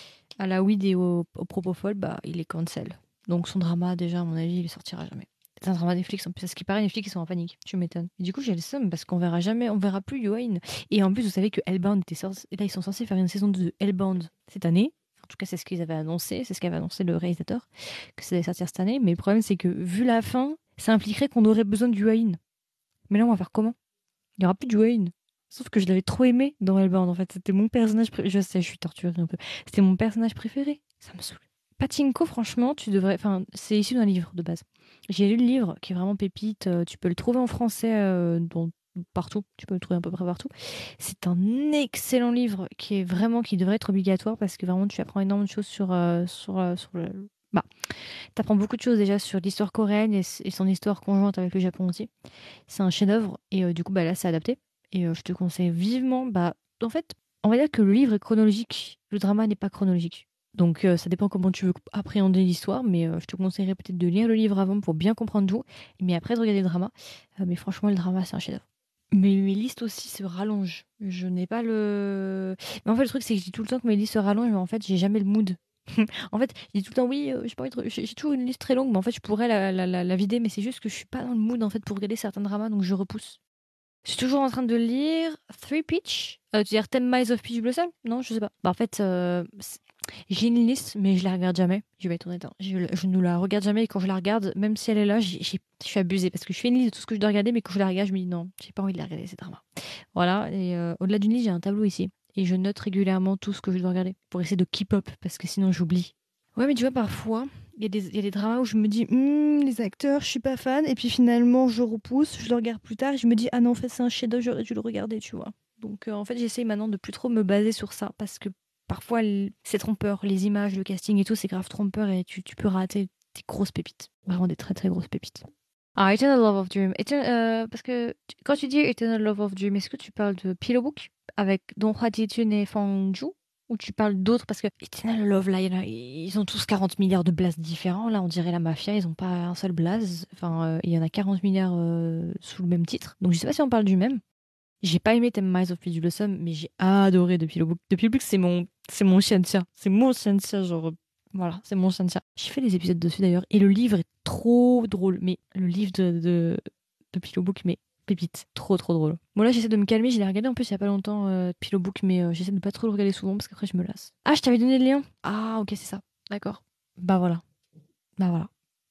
à la weed et au, au propofol, bah, il est cancel. Donc, son drama, déjà, à mon avis, il sortira jamais. C'est un drama Netflix, en plus, à ce qui paraît, Netflix, ils sont en panique. Tu m'étonnes. Et du coup, j'ai le seum parce qu'on verra jamais, on verra plus Yuain. Et en plus, vous savez que Hellbound était sorti. Là, ils sont censés faire une saison de Hellbound cette année. En tout cas, c'est ce qu'ils avaient annoncé, c'est ce qu'avait annoncé le réalisateur, que ça allait sortir cette année. Mais le problème, c'est que vu la fin, ça impliquerait qu'on aurait besoin de Yuain. Mais là, on va faire comment? Il n'y aura plus de Yuain. Sauf que je l'avais trop aimé dans Hellbound. En fait, c'était mon personnage préféré. Je sais, je suis torturée un peu. C'était mon personnage préféré. Ça me saoule. Pachinko, franchement, tu devrais. Enfin, c'est issu d'un livre de base. J'ai lu le livre qui est vraiment pépite. euh, Tu peux le trouver en français euh, dans- partout. Tu peux le trouver à peu près partout. C'est un excellent livre qui est vraiment qui devrait être obligatoire parce que vraiment tu apprends énormément de choses sur euh, sur euh, sur le. Bah, t'apprends beaucoup de choses déjà sur l'histoire coréenne et, s- et son histoire conjointe avec le Japon aussi. C'est un chef-d'œuvre et euh, du coup bah là c'est adapté et euh, je te conseille vivement. Bah en fait, on va dire que le livre est chronologique, le drama n'est pas chronologique. Donc euh, ça dépend comment tu veux appréhender l'histoire, mais euh, je te conseillerais peut-être de lire le livre avant pour bien comprendre tout, mais après de regarder le drama. Euh, mais franchement, le drama, c'est un chef-d'œuvre. Mais mes listes aussi se rallongent. Je n'ai pas le. Mais en fait, le truc, c'est que je dis tout le temps que mes listes se rallongent, mais en fait, j'ai jamais le mood. En fait, je dis tout le temps oui, euh, j'ai pas envie de- j'ai j'ai toujours une liste très longue, mais en fait, je pourrais la, la, la, la vider, mais c'est juste que je suis pas dans le mood en fait pour regarder certains dramas, donc je repousse. Je suis toujours en train de lire Three Peach. Euh, tu veux dire Ten Miles of Peach Blossom? Non, je sais pas. Bah, en fait, euh, c'est- j'ai une liste, mais je la regarde jamais. Je vais être honnête. Hein. Je, je ne la regarde jamais et quand je la regarde, même si elle est là, j'ai- j'ai- je suis abusée parce que je fais une liste de tout ce que je dois regarder, mais quand je la regarde, je me dis non, j'ai pas envie de la regarder, ces dramas. Voilà. Et euh, au-delà d'une liste, j'ai un tableau ici. Et je note régulièrement tout ce que je dois regarder pour essayer de keep up parce que sinon j'oublie. Ouais, mais tu vois, parfois, il y a des, il y a des dramas où je me dis, Hmm, les acteurs, je suis pas fan. Et puis finalement, je repousse, je le regarde plus tard et je me dis, ah non, en fait, c'est un chef-d'œuvre, j'aurais dû le regarder, tu vois. Donc, euh, en fait, j'essaye maintenant de plus trop me baser sur ça parce que parfois, l- c'est trompeur. Les images, le casting et tout, c'est grave trompeur et tu, tu peux rater des grosses pépites. Vraiment des très très grosses pépites. Ah, Eternal Love of Dream. Eter- euh, parce que tu- quand tu dis Eternal Love of Dream, est-ce que tu parles de Pillow Book avec Dong Hwa Ji-kyun et Fang Ju ou tu parles d'autres parce que Eternal Love là, il y en a- ils ont tous quarante milliards de blazes différents. Là, on dirait la mafia, ils ont pas un seul blaze. Enfin, euh, il y en a quarante milliards euh, sous le même titre. Donc je sais pas si on parle du même. J'ai pas aimé Ten Miles of Peach Blossom, mais j'ai adoré The Pillow Book. The Pillow Book, c'est mon, c'est mon chien de chat. C'est mon chien de chat, genre. Voilà, c'est mon chien de chat. J'ai fait des épisodes dessus d'ailleurs, et le livre est trop drôle. Mais le livre de, de, de Pillow Book, mais pépite. Trop, trop drôle. Bon, là, j'essaie de me calmer. Je l'ai regardé en plus il y a pas longtemps, euh, Pillow Book, mais euh, j'essaie de pas trop le regarder souvent parce qu'après, je me lasse. Ah, je t'avais donné le lien? Ah, ok, c'est ça. D'accord. Bah voilà. Bah voilà.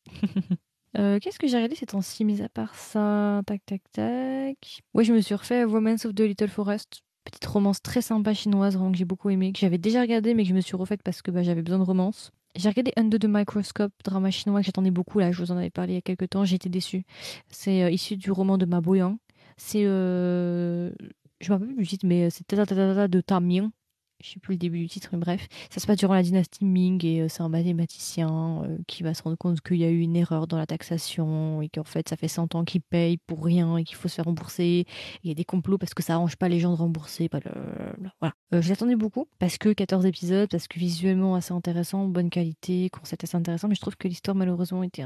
Euh, qu'est-ce que j'ai regardé ces temps-ci, mis à part ça? Tac, tac, tac. Ouais, je me suis refait Romance of the Little Forest. Petite romance très sympa chinoise, vraiment que j'ai beaucoup aimé, que j'avais déjà regardé, mais que je me suis refaite parce que bah, j'avais besoin de romance. J'ai regardé Under the Microscope, drama chinois que j'attendais beaucoup, là, je vous en avais parlé il y a quelques temps, j'ai été déçue. C'est euh, issu du roman de Ma Boyang. C'est. Euh... Je me rappelle plus du titre, mais c'est Tata Tata Tata de Ta Ming. Je sais plus le début du titre, mais bref. Ça se passe durant la dynastie Ming et euh, c'est un mathématicien euh, qui va se rendre compte qu'il y a eu une erreur dans la taxation et qu'en fait ça fait cent ans qu'il paye pour rien et qu'il faut se faire rembourser. Il y a des complots parce que ça arrange pas les gens de rembourser. Blablabla. Voilà. Euh, je l'attendais beaucoup parce que quatorze épisodes, parce que visuellement assez intéressant, bonne qualité, concept assez intéressant, mais je trouve que l'histoire malheureusement était un peu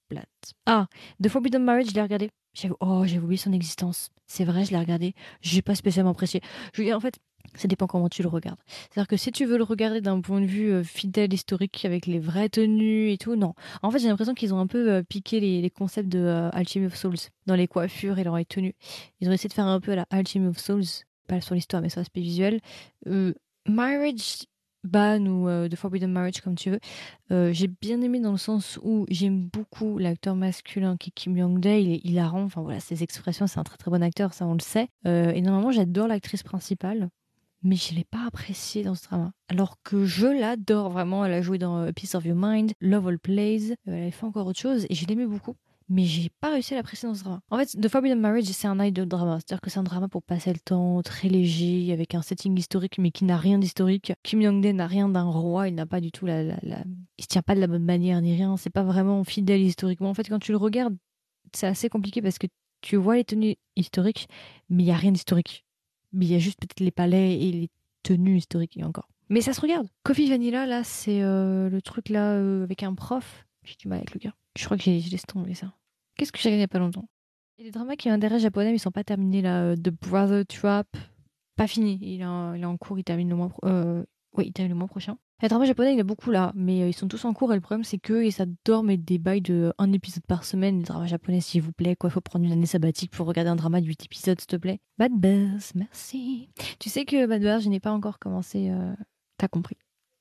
plate. Ah, The Forbidden Marriage, je l'ai regardé. J'avais, oh, j'avais oublié son existence. C'est vrai, je l'ai regardé. J'ai pas spécialement apprécié. Je, en fait, ça dépend comment tu le regardes. C'est-à-dire que si tu veux le regarder d'un point de vue euh, fidèle, historique, avec les vraies tenues et tout, non. En fait, j'ai l'impression qu'ils ont un peu euh, piqué les, les concepts de euh, Alchemy of Souls dans les coiffures et dans les tenues. Ils ont essayé de faire un peu à la Alchemy of Souls, pas sur l'histoire, mais sur l'aspect visuel. Euh, Marriage Ban ou euh, The Forbidden Marriage, comme tu veux. Euh, j'ai bien aimé dans le sens où j'aime beaucoup l'acteur masculin qui est Kim Young-dae, il est hilarant, enfin voilà, ses expressions, c'est un très très bon acteur, ça on le sait. Euh, et normalement, j'adore l'actrice principale, mais je l'ai pas appréciée dans ce drama. Alors que je l'adore vraiment, elle a joué dans euh, Piece of Your Mind, Love All Plays, euh, elle avait fait encore autre chose et je l'aimais beaucoup. Mais j'ai pas réussi à l'apprécier dans ce drama. En fait, The Forbidden Marriage, c'est un idol drama. C'est-à-dire que c'est un drama pour passer le temps, très léger, avec un setting historique, mais qui n'a rien d'historique. Kim Young-dae n'a rien d'un roi, il n'a pas du tout la, la, la... Il se tient pas de la bonne manière, ni rien. C'est pas vraiment fidèle historiquement. En fait, quand tu le regardes, c'est assez compliqué parce que tu vois les tenues historiques, mais il y a rien d'historique. Mais il y a juste peut-être les palais et les tenues historiques, et encore. Mais ça se regarde. Coffee Vanilla, là, c'est euh, le truc là euh, avec un prof. J'ai du mal avec le gars. Je crois que j'ai j'ai laissé tomber ça. Qu'est-ce que j'ai regardé il y a pas longtemps? Il y a des dramas qui m'intéressent japonais, mais ils sont pas terminés là. euh, The Brother Trap, pas fini. Il est en, il est en cours, il termine le mois, pro- euh, oui, il termine le mois prochain. Les dramas japonais, il y en a beaucoup là, mais euh, ils sont tous en cours et le problème c'est que et ça dort mais des bails de un épisode par semaine. Les dramas japonais, s'il vous plaît, quoi, faut prendre une année sabbatique pour regarder un drama de huit épisodes, s'il te plaît. Bad Buzz, merci. Tu sais que Bad Buzz, je n'ai pas encore commencé. euh, T'as compris.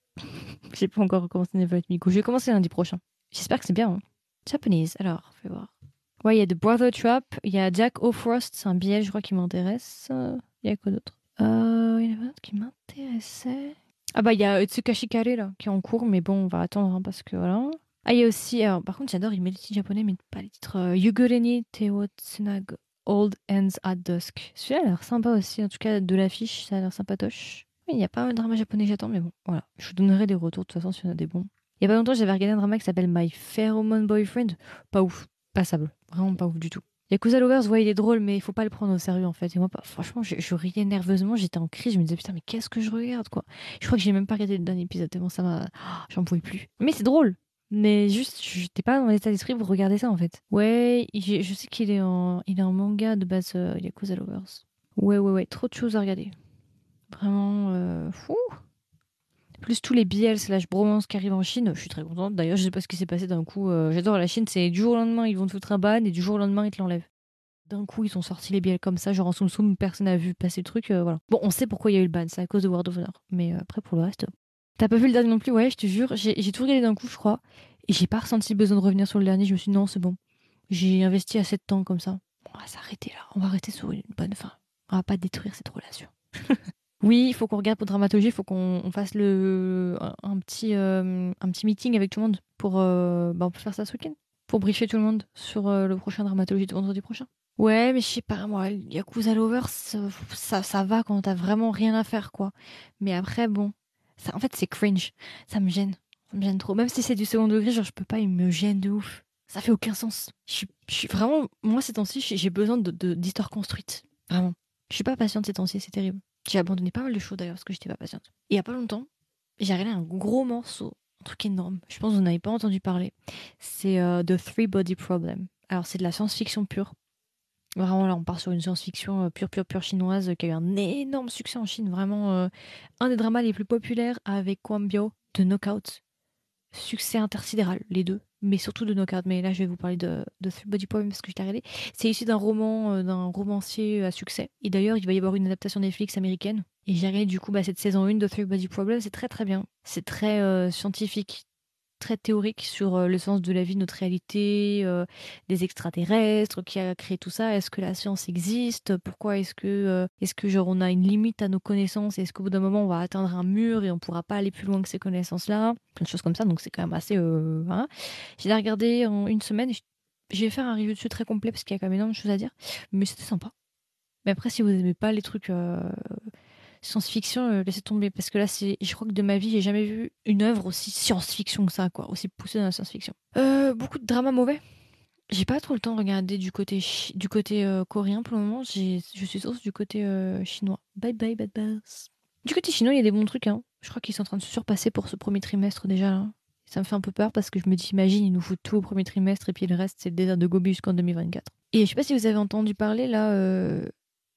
J'ai pas encore commencé Never Let Me Go. Je vais commencer lundi prochain. J'espère que c'est bien. Hein. Japanese, alors, fais voir. Ouais, il y a The Brother Trap, il y a Jack O'Frost, c'est un billet, je crois, qui m'intéresse. Euh, Il y a quoi d'autre euh, Il y en avait un autre qui m'intéressait. Ah bah, il y a Tsukashi Kare, là, qui est en cours, mais bon, on va attendre, hein, parce que voilà. Ah, il y a aussi... Alors, par contre, j'adore, il met les titres japonais, mais pas les titres... Euh, Yugure ni te wo tsunagu Old Ends at Dusk. Celui-là a l'air sympa aussi, en tout cas, de l'affiche, ça a l'air sympatoche. Oui, il n'y a pas un drama japonais que j'attends, mais bon, voilà. Je vous donnerai des retours, de toute façon, s'il y en a des bons. Il y a pas longtemps, j'avais regardé un drama qui s'appelle My Pheromone Boyfriend. Pas ouf. Passable. Vraiment pas ouf du tout. Yakuza Lovers, ouais, il est drôle, mais il faut pas le prendre au sérieux en fait. Et moi, pas, franchement, je, je riais nerveusement, j'étais en crise, je me disais putain, mais qu'est-ce que je regarde quoi. Je crois que j'ai même pas regardé le dernier épisode, tellement ça m'a. Oh, j'en pouvais plus. Mais c'est drôle. Mais juste, j'étais pas dans l'état d'esprit pour regarder ça en fait. Ouais, j'ai- je sais qu'il est en, il est en manga de base, euh, Yakuza Lovers. Ouais, ouais, ouais, trop de choses à regarder. Vraiment, euh, fou. Plus tous les B L slash bromance qui arrivent en Chine, je suis très contente. D'ailleurs, je sais pas ce qui s'est passé d'un coup. euh, J'adore la Chine, c'est du jour au lendemain, ils vont te foutre un ban et du jour au lendemain, ils te l'enlèvent. D'un coup, ils sont sortis les B L comme ça, genre en soum soum, personne n'a vu passer le truc. euh, voilà. Bon, on sait pourquoi il y a eu le ban, c'est à cause de World of Honor. Mais euh, après, pour le reste. T'as pas vu le dernier non plus? Ouais, je te jure, j'ai j'ai tout regardé d'un coup, je crois. Et j'ai pas ressenti le besoin de revenir sur le dernier. Je me suis dit non, c'est bon. J'ai investi assez de temps comme ça. On va s'arrêter là. On va rester sur une bonne fin. On va pas détruire cette relation. Oui, il faut qu'on regarde pour dramaturgie, il faut qu'on on fasse le, un, un petit, euh, un petit meeting avec tout le monde pour, euh, bah, on peut faire ça ce week-end, pour briefer tout le monde sur euh, le prochain dramaturgie de vendredi prochain. Ouais, mais je sais pas, moi, Yakuza Lovers, ça, ça, ça va quand t'as vraiment rien à faire, quoi. Mais après, bon, ça, en fait, c'est cringe. Ça me gêne. Ça me gêne trop. Même si c'est du second degré, genre, je peux pas, il me gêne de ouf. Ça fait aucun sens. Je suis, je suis vraiment, moi, ces temps-ci, j'ai j'ai besoin de, de- d'histoires construites. Vraiment. Je suis pas patiente ces temps-ci, c'est terrible. J'ai abandonné pas mal de choses d'ailleurs parce que j'étais pas patiente. Et il y a pas longtemps, j'ai regardé un gros morceau, un truc énorme. Je pense que vous n'avez pas entendu parler. C'est euh, The Three Body Problem. Alors c'est de la science-fiction pure. Vraiment là, on part sur une science-fiction euh, pure, pure, pure chinoise euh, qui a eu un énorme succès en Chine. Vraiment euh, un des dramas les plus populaires avec Kwon Bio de Knockout. Succès intersidéral, les deux, mais surtout de Knockout. Mais là, je vais vous parler de, de Three Body Problem parce que je l'ai regardé. C'est issu d'un roman, euh, d'un romancier à succès. Et d'ailleurs, il va y avoir une adaptation Netflix américaine. Et j'ai regardé du coup bah, cette saison un de Three Body Problem. C'est très très bien. C'est très euh, scientifique, très théorique sur euh, le sens de la vie, notre réalité, euh, des extraterrestres, qui a créé tout ça. Est-ce que la science existe? Pourquoi est-ce que, euh, est-ce que genre on a une limite à nos connaissances? Est-ce qu'au bout d'un moment on va atteindre un mur et on pourra pas aller plus loin que ces connaissances-là? Plein de choses comme ça. Donc c'est quand même assez. Euh, voilà. J'ai regardé en une semaine. Je je vais faire un review dessus très complet parce qu'il y a quand même énormément de choses à dire. Mais c'était sympa. Mais après, si vous aimez pas les trucs euh, science-fiction, euh, laissez tomber. Parce que là, c'est, je crois que de ma vie, j'ai jamais vu une œuvre aussi science-fiction que ça, quoi. Aussi poussée dans la science-fiction. Euh, beaucoup de dramas mauvais. J'ai pas trop le temps de regarder du côté, chi- du côté euh, coréen pour le moment. J'ai, je suis surtout du côté euh, chinois. Bye bye, bad buzz. Du côté chinois, il y a des bons trucs, hein. Je crois qu'ils sont en train de se surpasser pour ce premier trimestre déjà, là. Ça me fait un peu peur parce que je me dis, imagine, ils nous foutent tout au premier trimestre et puis le reste, c'est le désert de Gobi jusqu'en deux mille vingt-quatre. Et je sais pas si vous avez entendu parler là, euh...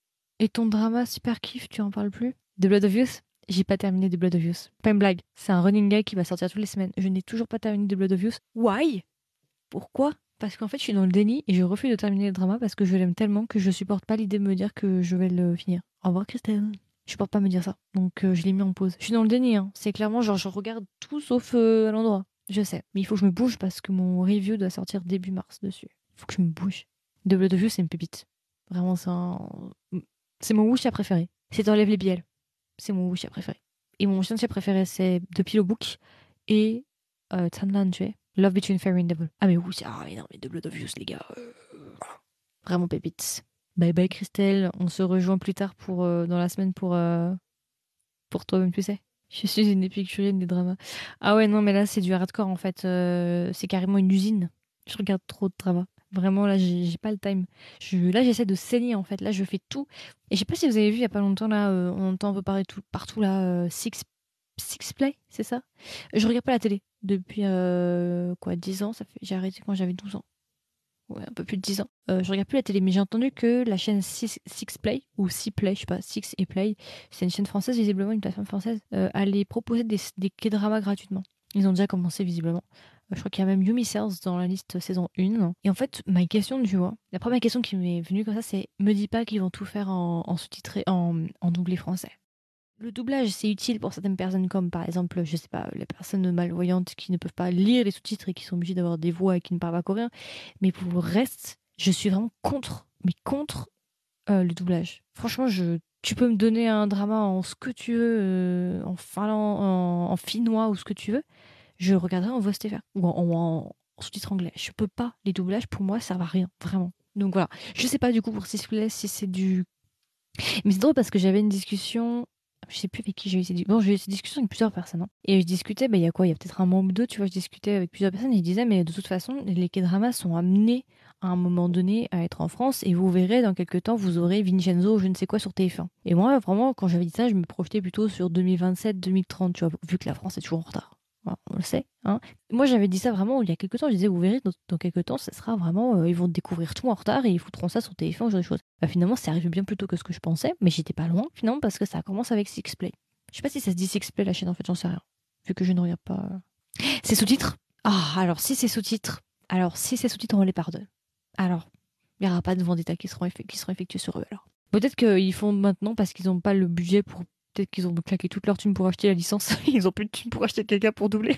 et ton drama super kiff, tu en parles plus? The Blood of Youth? J'ai pas terminé The Blood of Youth. Pas une blague. C'est un running gag qui va sortir toutes les semaines. Je n'ai toujours pas terminé The Blood of Youth. Why? Pourquoi? Parce qu'en fait, je suis dans le déni et je refuse de terminer le drama parce que je l'aime tellement que je supporte pas l'idée de me dire que je vais le finir. Au revoir, Christelle. Je supporte pas me dire ça. Donc, euh, je l'ai mis en pause. Je suis dans le déni, hein. C'est clairement genre, je regarde tout sauf euh, à l'endroit. Je sais. Mais il faut que je me bouge parce que mon review doit sortir début mars dessus. Il faut que je me bouge. The Blood of You, c'est une pépite. Vraiment, c'est un... C'est mon wuxia préféré. C'est T'enlèves les bielles. C'est mon wuxia préféré. Et mon wuxia préféré, c'est The Pillow Book et euh, Tanlan Jue. Love Between Fairy and Devil. Ah mais oui, ah mais non, mais The Blood of Youth, les gars. Euh, voilà. Vraiment pépites. Bye bye Christelle, on se rejoint plus tard pour euh, dans la semaine pour euh, pour toi-même, tu sais. Je suis une épicurienne des dramas. Ah ouais, non, mais là, c'est du hardcore, en fait. Euh, c'est carrément une usine. Je regarde trop de dramas. Vraiment, là, j'ai j'ai pas le time. Je, là, j'essaie de saigner, en fait. Là, je fais tout. Et je sais pas si vous avez vu, il y a pas longtemps, là, euh, on entend un peu parler tout, partout, là, euh, Six, Six Play, c'est ça? Je regarde pas la télé depuis, euh, quoi, dix ans. Ça fait, j'ai arrêté quand j'avais douze ans. Ouais, un peu plus de dix ans. Euh, je regarde plus la télé, mais j'ai entendu que la chaîne Six, Six Play, ou Six Play, je sais pas, Six et Play, c'est une chaîne française, visiblement, une plateforme française, euh, allait proposer des, des K-dramas gratuitement. Ils ont déjà commencé, visiblement. Euh, je crois qu'il y a même Yumi Cells dans la liste saison un. Et en fait, ma question, tu vois, la première question qui m'est venue comme ça, c'est me dis pas qu'ils vont tout faire en, en sous-titré, en, en doublé français. Le doublage, c'est utile pour certaines personnes, comme par exemple, je sais pas, les personnes malvoyantes qui ne peuvent pas lire les sous-titres et qui sont obligées d'avoir des voix et qui ne parlent pas coréen. Mais pour le reste, je suis vraiment contre, mais contre euh, le doublage. Franchement, je, tu peux me donner un drama en ce que tu veux, euh, en finland, en, en finnois ou ce que tu veux, je regarderai en voix T V ou en, en, en sous-titres anglais. Je peux pas. Les doublages, pour moi, ça va rien, vraiment. Donc voilà. Je sais pas du coup pour Sisplay si c'est du. Mais c'est drôle parce que j'avais une discussion. Je sais plus avec qui j'ai eu cette, bon, j'ai eu cette discussion avec plusieurs personnes. Hein. Et je discutais, bah, il y a quoi? Il y a peut-être un mois ou deux, tu vois, je discutais avec plusieurs personnes et je disais, mais de toute façon, les K-dramas sont amenés à un moment donné à être en France et vous verrez, dans quelques temps, vous aurez Vincenzo ou je ne sais quoi sur T F un. Et moi, vraiment, quand j'avais dit ça, je me projetais plutôt sur deux mille vingt-sept deux mille trente, tu vois, vu que la France est toujours en retard. Voilà, on le sait. Hein. Moi, j'avais dit ça vraiment il y a quelques temps. Je disais, vous verrez, dans, dans quelques temps, ça sera vraiment. Euh, ils vont découvrir tout en retard et ils foutront ça sur T F un, ce genre de choses. Bah, finalement, c'est arrivé bien plus tôt que ce que je pensais, mais j'étais pas loin, finalement, parce que ça commence avec Sixplay. Je sais pas si ça se dit Sixplay la chaîne, en fait, j'en sais rien. Vu que je ne regarde pas. euh. C'est sous-titres? Ah, alors si c'est sous-titres, alors si c'est sous-titres, on les pardonne. Alors, il n'y aura pas de vendetta qui seront, effe- qui seront effectués sur eux alors. Peut-être qu'ils font maintenant parce qu'ils n'ont pas le budget pour. Peut-être qu'ils ont claqué toute leur thune pour acheter la licence. Ils ont plus de thune pour acheter quelqu'un pour doubler.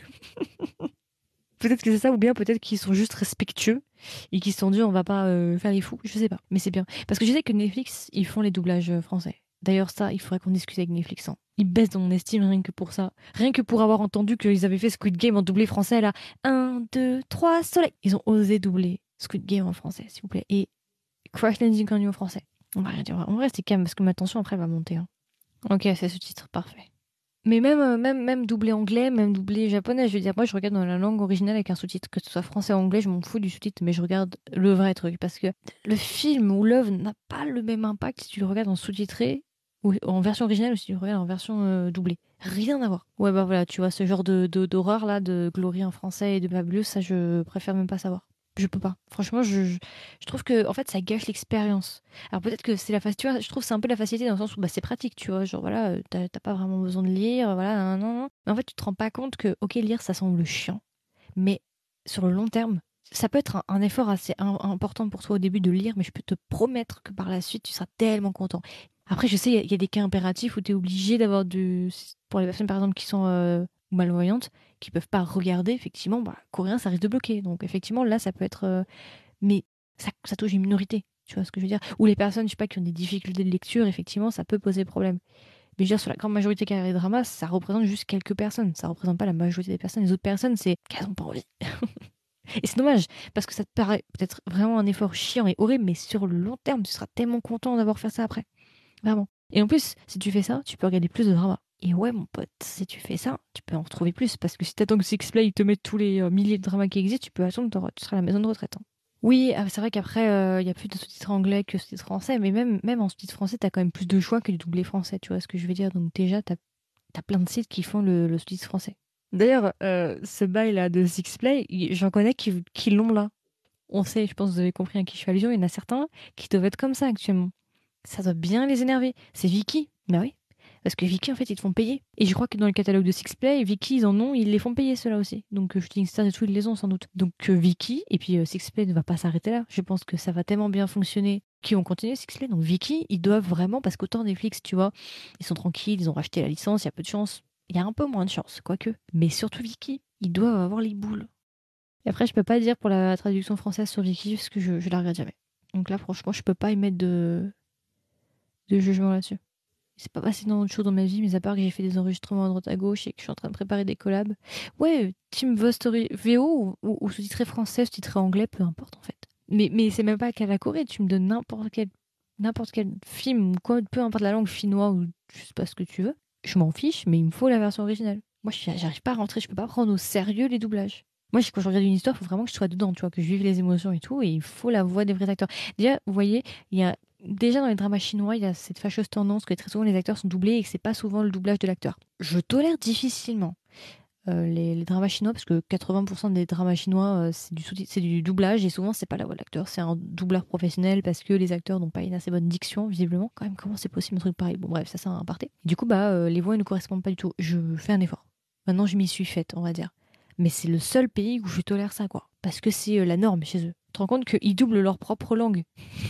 Peut-être que c'est ça, ou bien peut-être qu'ils sont juste respectueux et qu'ils se sont dit on va pas euh, faire les fous. Je sais pas, mais c'est bien. Parce que je sais que Netflix, ils font les doublages euh, français. D'ailleurs, ça, il faudrait qu'on discute avec Netflix. Hein. Ils baissent dans mon estime rien que pour ça. Rien que pour avoir entendu qu'ils avaient fait Squid Game en doublé français là. Un, deux, trois, soleil. Ils ont osé doubler Squid Game en français, s'il vous plaît. Et Crash Landing on You en français. On va rien dire. On va rester calme parce que ma tension après elle va monter. Hein. Ok, c'est sous-titre, parfait. Mais même, euh, même, même doublé anglais, même doublé japonais, je veux dire, moi je regarde dans la langue originale avec un sous-titre, que ce soit français ou anglais, je m'en fous du sous-titre, mais je regarde le vrai truc. Parce que le film ou l'œuvre n'a pas le même impact si tu le regardes en sous-titré ou en version originale ou si tu le regardes en version euh, doublée. Rien à voir. Ouais, bah voilà, tu vois, ce genre de, de, d'horreur là, de Glory en français et de Babylus, ça je préfère même pas savoir. Je peux pas. Franchement, je, je, je trouve que en fait ça gâche l'expérience. Alors peut-être que c'est la facilité, tu vois, je trouve que c'est un peu la facilité dans le sens où bah, c'est pratique, tu vois, genre voilà, euh, t'as t'as pas vraiment besoin de lire, voilà, non, non. Mais en fait, tu te rends pas compte que, ok, lire ça semble chiant, mais sur le long terme, ça peut être un, un effort assez im- important pour toi au début de lire, mais je peux te promettre que par la suite, tu seras tellement content. Après, je sais, il y, a il y a des cas impératifs où tu es obligé d'avoir du. Pour les personnes par exemple qui sont euh, malvoyantes, qui peuvent pas regarder, effectivement, bah, coréen, ça risque de bloquer. Donc effectivement, là, ça peut être. euh, Mais ça, ça touche une minorité. Tu vois ce que je veux dire? Ou les personnes, je sais pas, qui ont des difficultés de lecture, effectivement, ça peut poser problème. Mais je veux dire, sur la grande majorité qui a les dramas, ça représente juste quelques personnes. Ça représente pas la majorité des personnes. Les autres personnes, c'est qu'elles ont pas envie. Et c'est dommage, parce que ça te paraît peut-être vraiment un effort chiant et horrible, mais sur le long terme, tu seras tellement content d'avoir fait ça après. Vraiment. Et en plus, si tu fais ça, tu peux regarder plus de dramas. Et ouais, mon pote, si tu fais ça, tu peux en retrouver plus. Parce que si t'attends que Sixplay ils te mettent tous les euh, milliers de dramas qui existent, tu peux attendre, t'auras- tu seras à la maison de retraite. Hein. Oui, ah, c'est vrai qu'après, il y a plus de sous-titres anglais que sous-titres français, mais même, même en sous-titres français, t'as quand même plus de choix que du doublé français, tu vois ce que je veux dire. Donc déjà, t'as as plein de sites qui font le, le sous-titre français. D'ailleurs, euh, ce bail-là de Sixplay, il- j'en connais qui, qui l'ont là. On sait, je pense que vous avez compris à qui je fais allusion, il y en a certains qui doivent être comme ça actuellement. Ça doit bien les énerver. C'est Vicky. Bah oui. Parce que Vicky, en fait, ils te font payer. Et je crois que dans le catalogue de Sixplay, Vicky, ils en ont, ils les font payer ceux-là aussi. Donc euh, Shooting Stars et tout, ils les ont sans doute. Donc euh, Vicky, et puis euh, Sixplay ne va pas s'arrêter là. Je pense que ça va tellement bien fonctionner qu'ils vont continuer Sixplay. Donc Vicky, ils doivent vraiment, parce qu'autant Netflix, tu vois, ils sont tranquilles, ils ont racheté la licence, il y a peu de chance. Il y a un peu moins de chance, quoique. Mais surtout Vicky, ils doivent avoir les boules. Et après, je peux pas dire pour la traduction française sur Vicky, parce que je, je la regarde jamais. Donc là, franchement, je peux pas y mettre de, de jugement là-dessus. C'est pas passé dans autre chose dans ma vie, mais à part que j'ai fait des enregistrements à droite à gauche et que je suis en train de préparer des collabs. Ouais, Team Vostory V O ou, ou, ou sous-titré français, sous-titré anglais, peu importe en fait. Mais, mais c'est même pas qu'à la Corée, tu me donnes n'importe quel, n'importe quel film ou quoi, peu importe la langue, finnois ou je sais pas ce que tu veux. Je m'en fiche, mais il me faut la version originale. Moi, je- j'arrive pas à rentrer, je peux pas prendre au sérieux les doublages. Moi, quand je regarde une histoire, il faut vraiment que je sois dedans, tu vois, que je vive les émotions et tout, et il faut la voix des vrais acteurs. Déjà, vous voyez, il y a déjà dans les dramas chinois, il y a cette fâcheuse tendance que très souvent les acteurs sont doublés et que c'est pas souvent le doublage de l'acteur. Je tolère difficilement euh, les, les dramas chinois parce que quatre-vingts pour cent des dramas chinois euh, c'est du, sous- c'est du doublage et souvent c'est pas la voix de l'acteur, c'est un doubleur professionnel parce que les acteurs n'ont pas une assez bonne diction visiblement. Quand même, comment c'est possible un truc pareil? Bon bref, ça c'est un aparté. Du coup bah euh, les voix ne correspondent pas du tout. Je fais un effort. Maintenant je m'y suis faite, on va dire. Mais c'est le seul pays où je tolère ça quoi, parce que c'est euh, la norme chez eux. Tu te rends compte qu'ils doublent leur propre langue?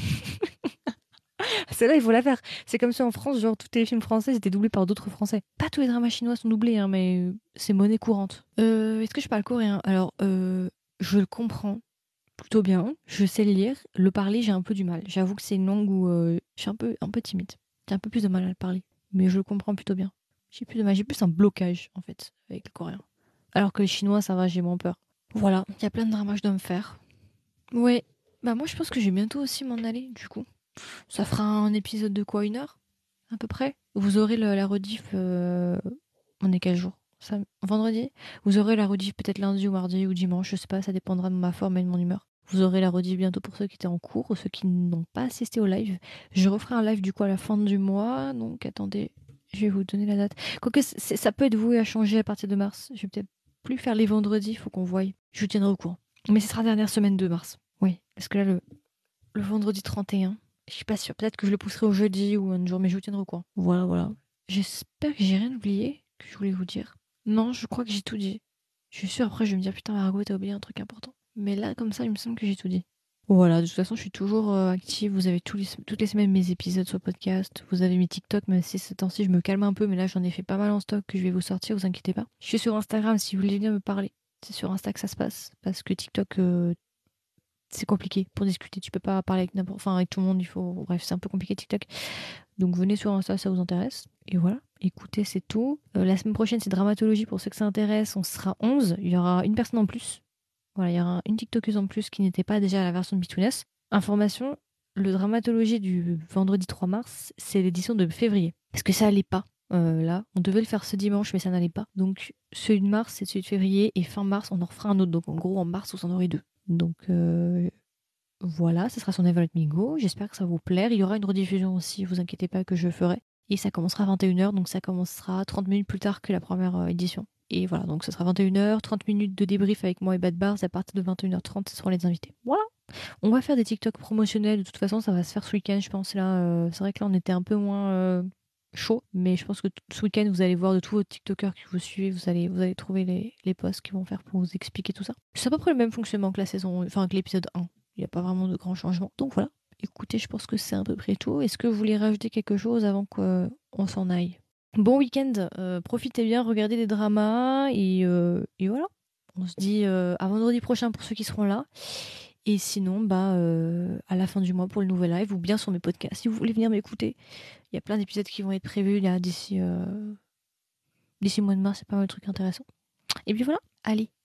Celle-là, il faut la faire. C'est comme si en France, genre, tous les films français étaient doublés par d'autres Français. Pas tous les dramas chinois sont doublés, hein, mais euh, c'est monnaie courante. Euh, est-ce que je parle coréen? Alors, euh, je le comprends plutôt bien. Je sais le lire. Le parler, j'ai un peu du mal. J'avoue que c'est une langue où euh, je suis un peu, un peu timide. J'ai un peu plus de mal à le parler. Mais je le comprends plutôt bien. J'ai plus de mal. J'ai plus un blocage, en fait, avec le coréen. Alors que le chinois, ça va, j'ai moins peur. Voilà. Il y a plein de dramas que je dois me faire. Ouais. Bah, moi, je pense que je vais bientôt aussi m'en aller, du coup. Ça fera un épisode de quoi, une heure à peu près. Vous aurez le- la rediff. euh, On est quel jour? Ça... Vendredi? Vous aurez la rediff peut-être lundi ou mardi ou dimanche, je sais pas, ça dépendra de ma forme et de mon humeur. Vous aurez la rediff bientôt pour ceux qui étaient en cours ou ceux qui n'ont pas assisté au live. Je referai un live du coup à la fin du mois, donc attendez, je vais vous donner la date. Quoique c'est- ça peut être voué à changer à partir de mars. Je vais peut-être plus faire les vendredis, faut qu'on voie. Je vous tiendrai au courant. Mais ce sera la dernière semaine de mars. Oui, parce que là, le, le vendredi trente et un. Je suis pas sûre. Peut-être que je le pousserai au jeudi ou un jour, mais je vous tiendrai au courant. Voilà, voilà. J'espère que j'ai rien oublié que je voulais vous dire. Non, je crois que j'ai tout dit. Je suis sûre, après je vais me dire putain, Margot, t'as oublié un truc important. Mais là, comme ça, il me semble que j'ai tout dit. Voilà, de toute façon, je suis toujours euh, active. Vous avez tous les, toutes les semaines mes épisodes sur podcast. Vous avez mes TikTok, même si ces temps-ci, je me calme un peu, mais là, j'en ai fait pas mal en stock que je vais vous sortir, vous inquiétez pas. Je suis sur Instagram si vous voulez venir me parler. C'est sur Insta que ça se passe. Parce que TikTok, euh, c'est compliqué pour discuter. Tu peux pas parler avec n'importe, enfin avec tout le monde. Il faut, bref, c'est un peu compliqué TikTok. Donc venez sur Insta, ça vous intéresse. Et voilà. Écoutez, c'est tout. Euh, la semaine prochaine, c'est dramatologie pour ceux que ça intéresse. On sera onze. Il y aura une personne en plus. Voilà, il y aura une TikTokeuse en plus qui n'était pas déjà à la version de Between Us. Information, le dramatologie du vendredi trois mars, c'est l'édition de février. Parce que ça allait pas. Euh, là, on devait le faire ce dimanche, mais ça n'allait pas. Donc, celui de mars, c'est celui de février, et fin mars, on en refera un autre. Donc, en gros, en mars, vous en aurez deux. Donc, euh, voilà, ce sera son Never Let Me Go. J'espère que ça va vous plaire. Il y aura une rediffusion aussi, vous inquiétez pas que je ferai. Et ça commencera à vingt et une heures, donc ça commencera trente minutes plus tard que la première euh, édition. Et voilà, donc ce sera vingt et une heures, trente minutes de débrief avec moi et Bad Bars. À partir de vingt et une heures trente, ce seront les invités. Voilà. On va faire des TikTok promotionnels. De toute façon, ça va se faire ce week-end, je pense. Là, euh, c'est vrai que là, on était un peu moins euh, chaud, mais je pense que t- ce week-end, vous allez voir de tous vos TikTokers que vous suivez, vous allez, vous allez trouver les, les posts qu'ils vont faire pour vous expliquer tout ça. C'est à peu près le même fonctionnement que la saison, enfin que l'épisode un. Il n'y a pas vraiment de grands changements. Donc voilà. Écoutez, je pense que c'est à peu près tout. Est-ce que vous voulez rajouter quelque chose avant qu'on s'en aille? Bon week-end, euh, profitez bien, regardez des dramas et, euh, et voilà. On se dit euh, à vendredi prochain pour ceux qui seront là. Et sinon, bah, euh, à la fin du mois pour le nouvel live ou bien sur mes podcasts. Si vous voulez venir m'écouter, il y a plein d'épisodes qui vont être prévus là d'ici euh, d'ici le mois de mars. C'est pas mal de trucs intéressants. Et puis voilà. Allez,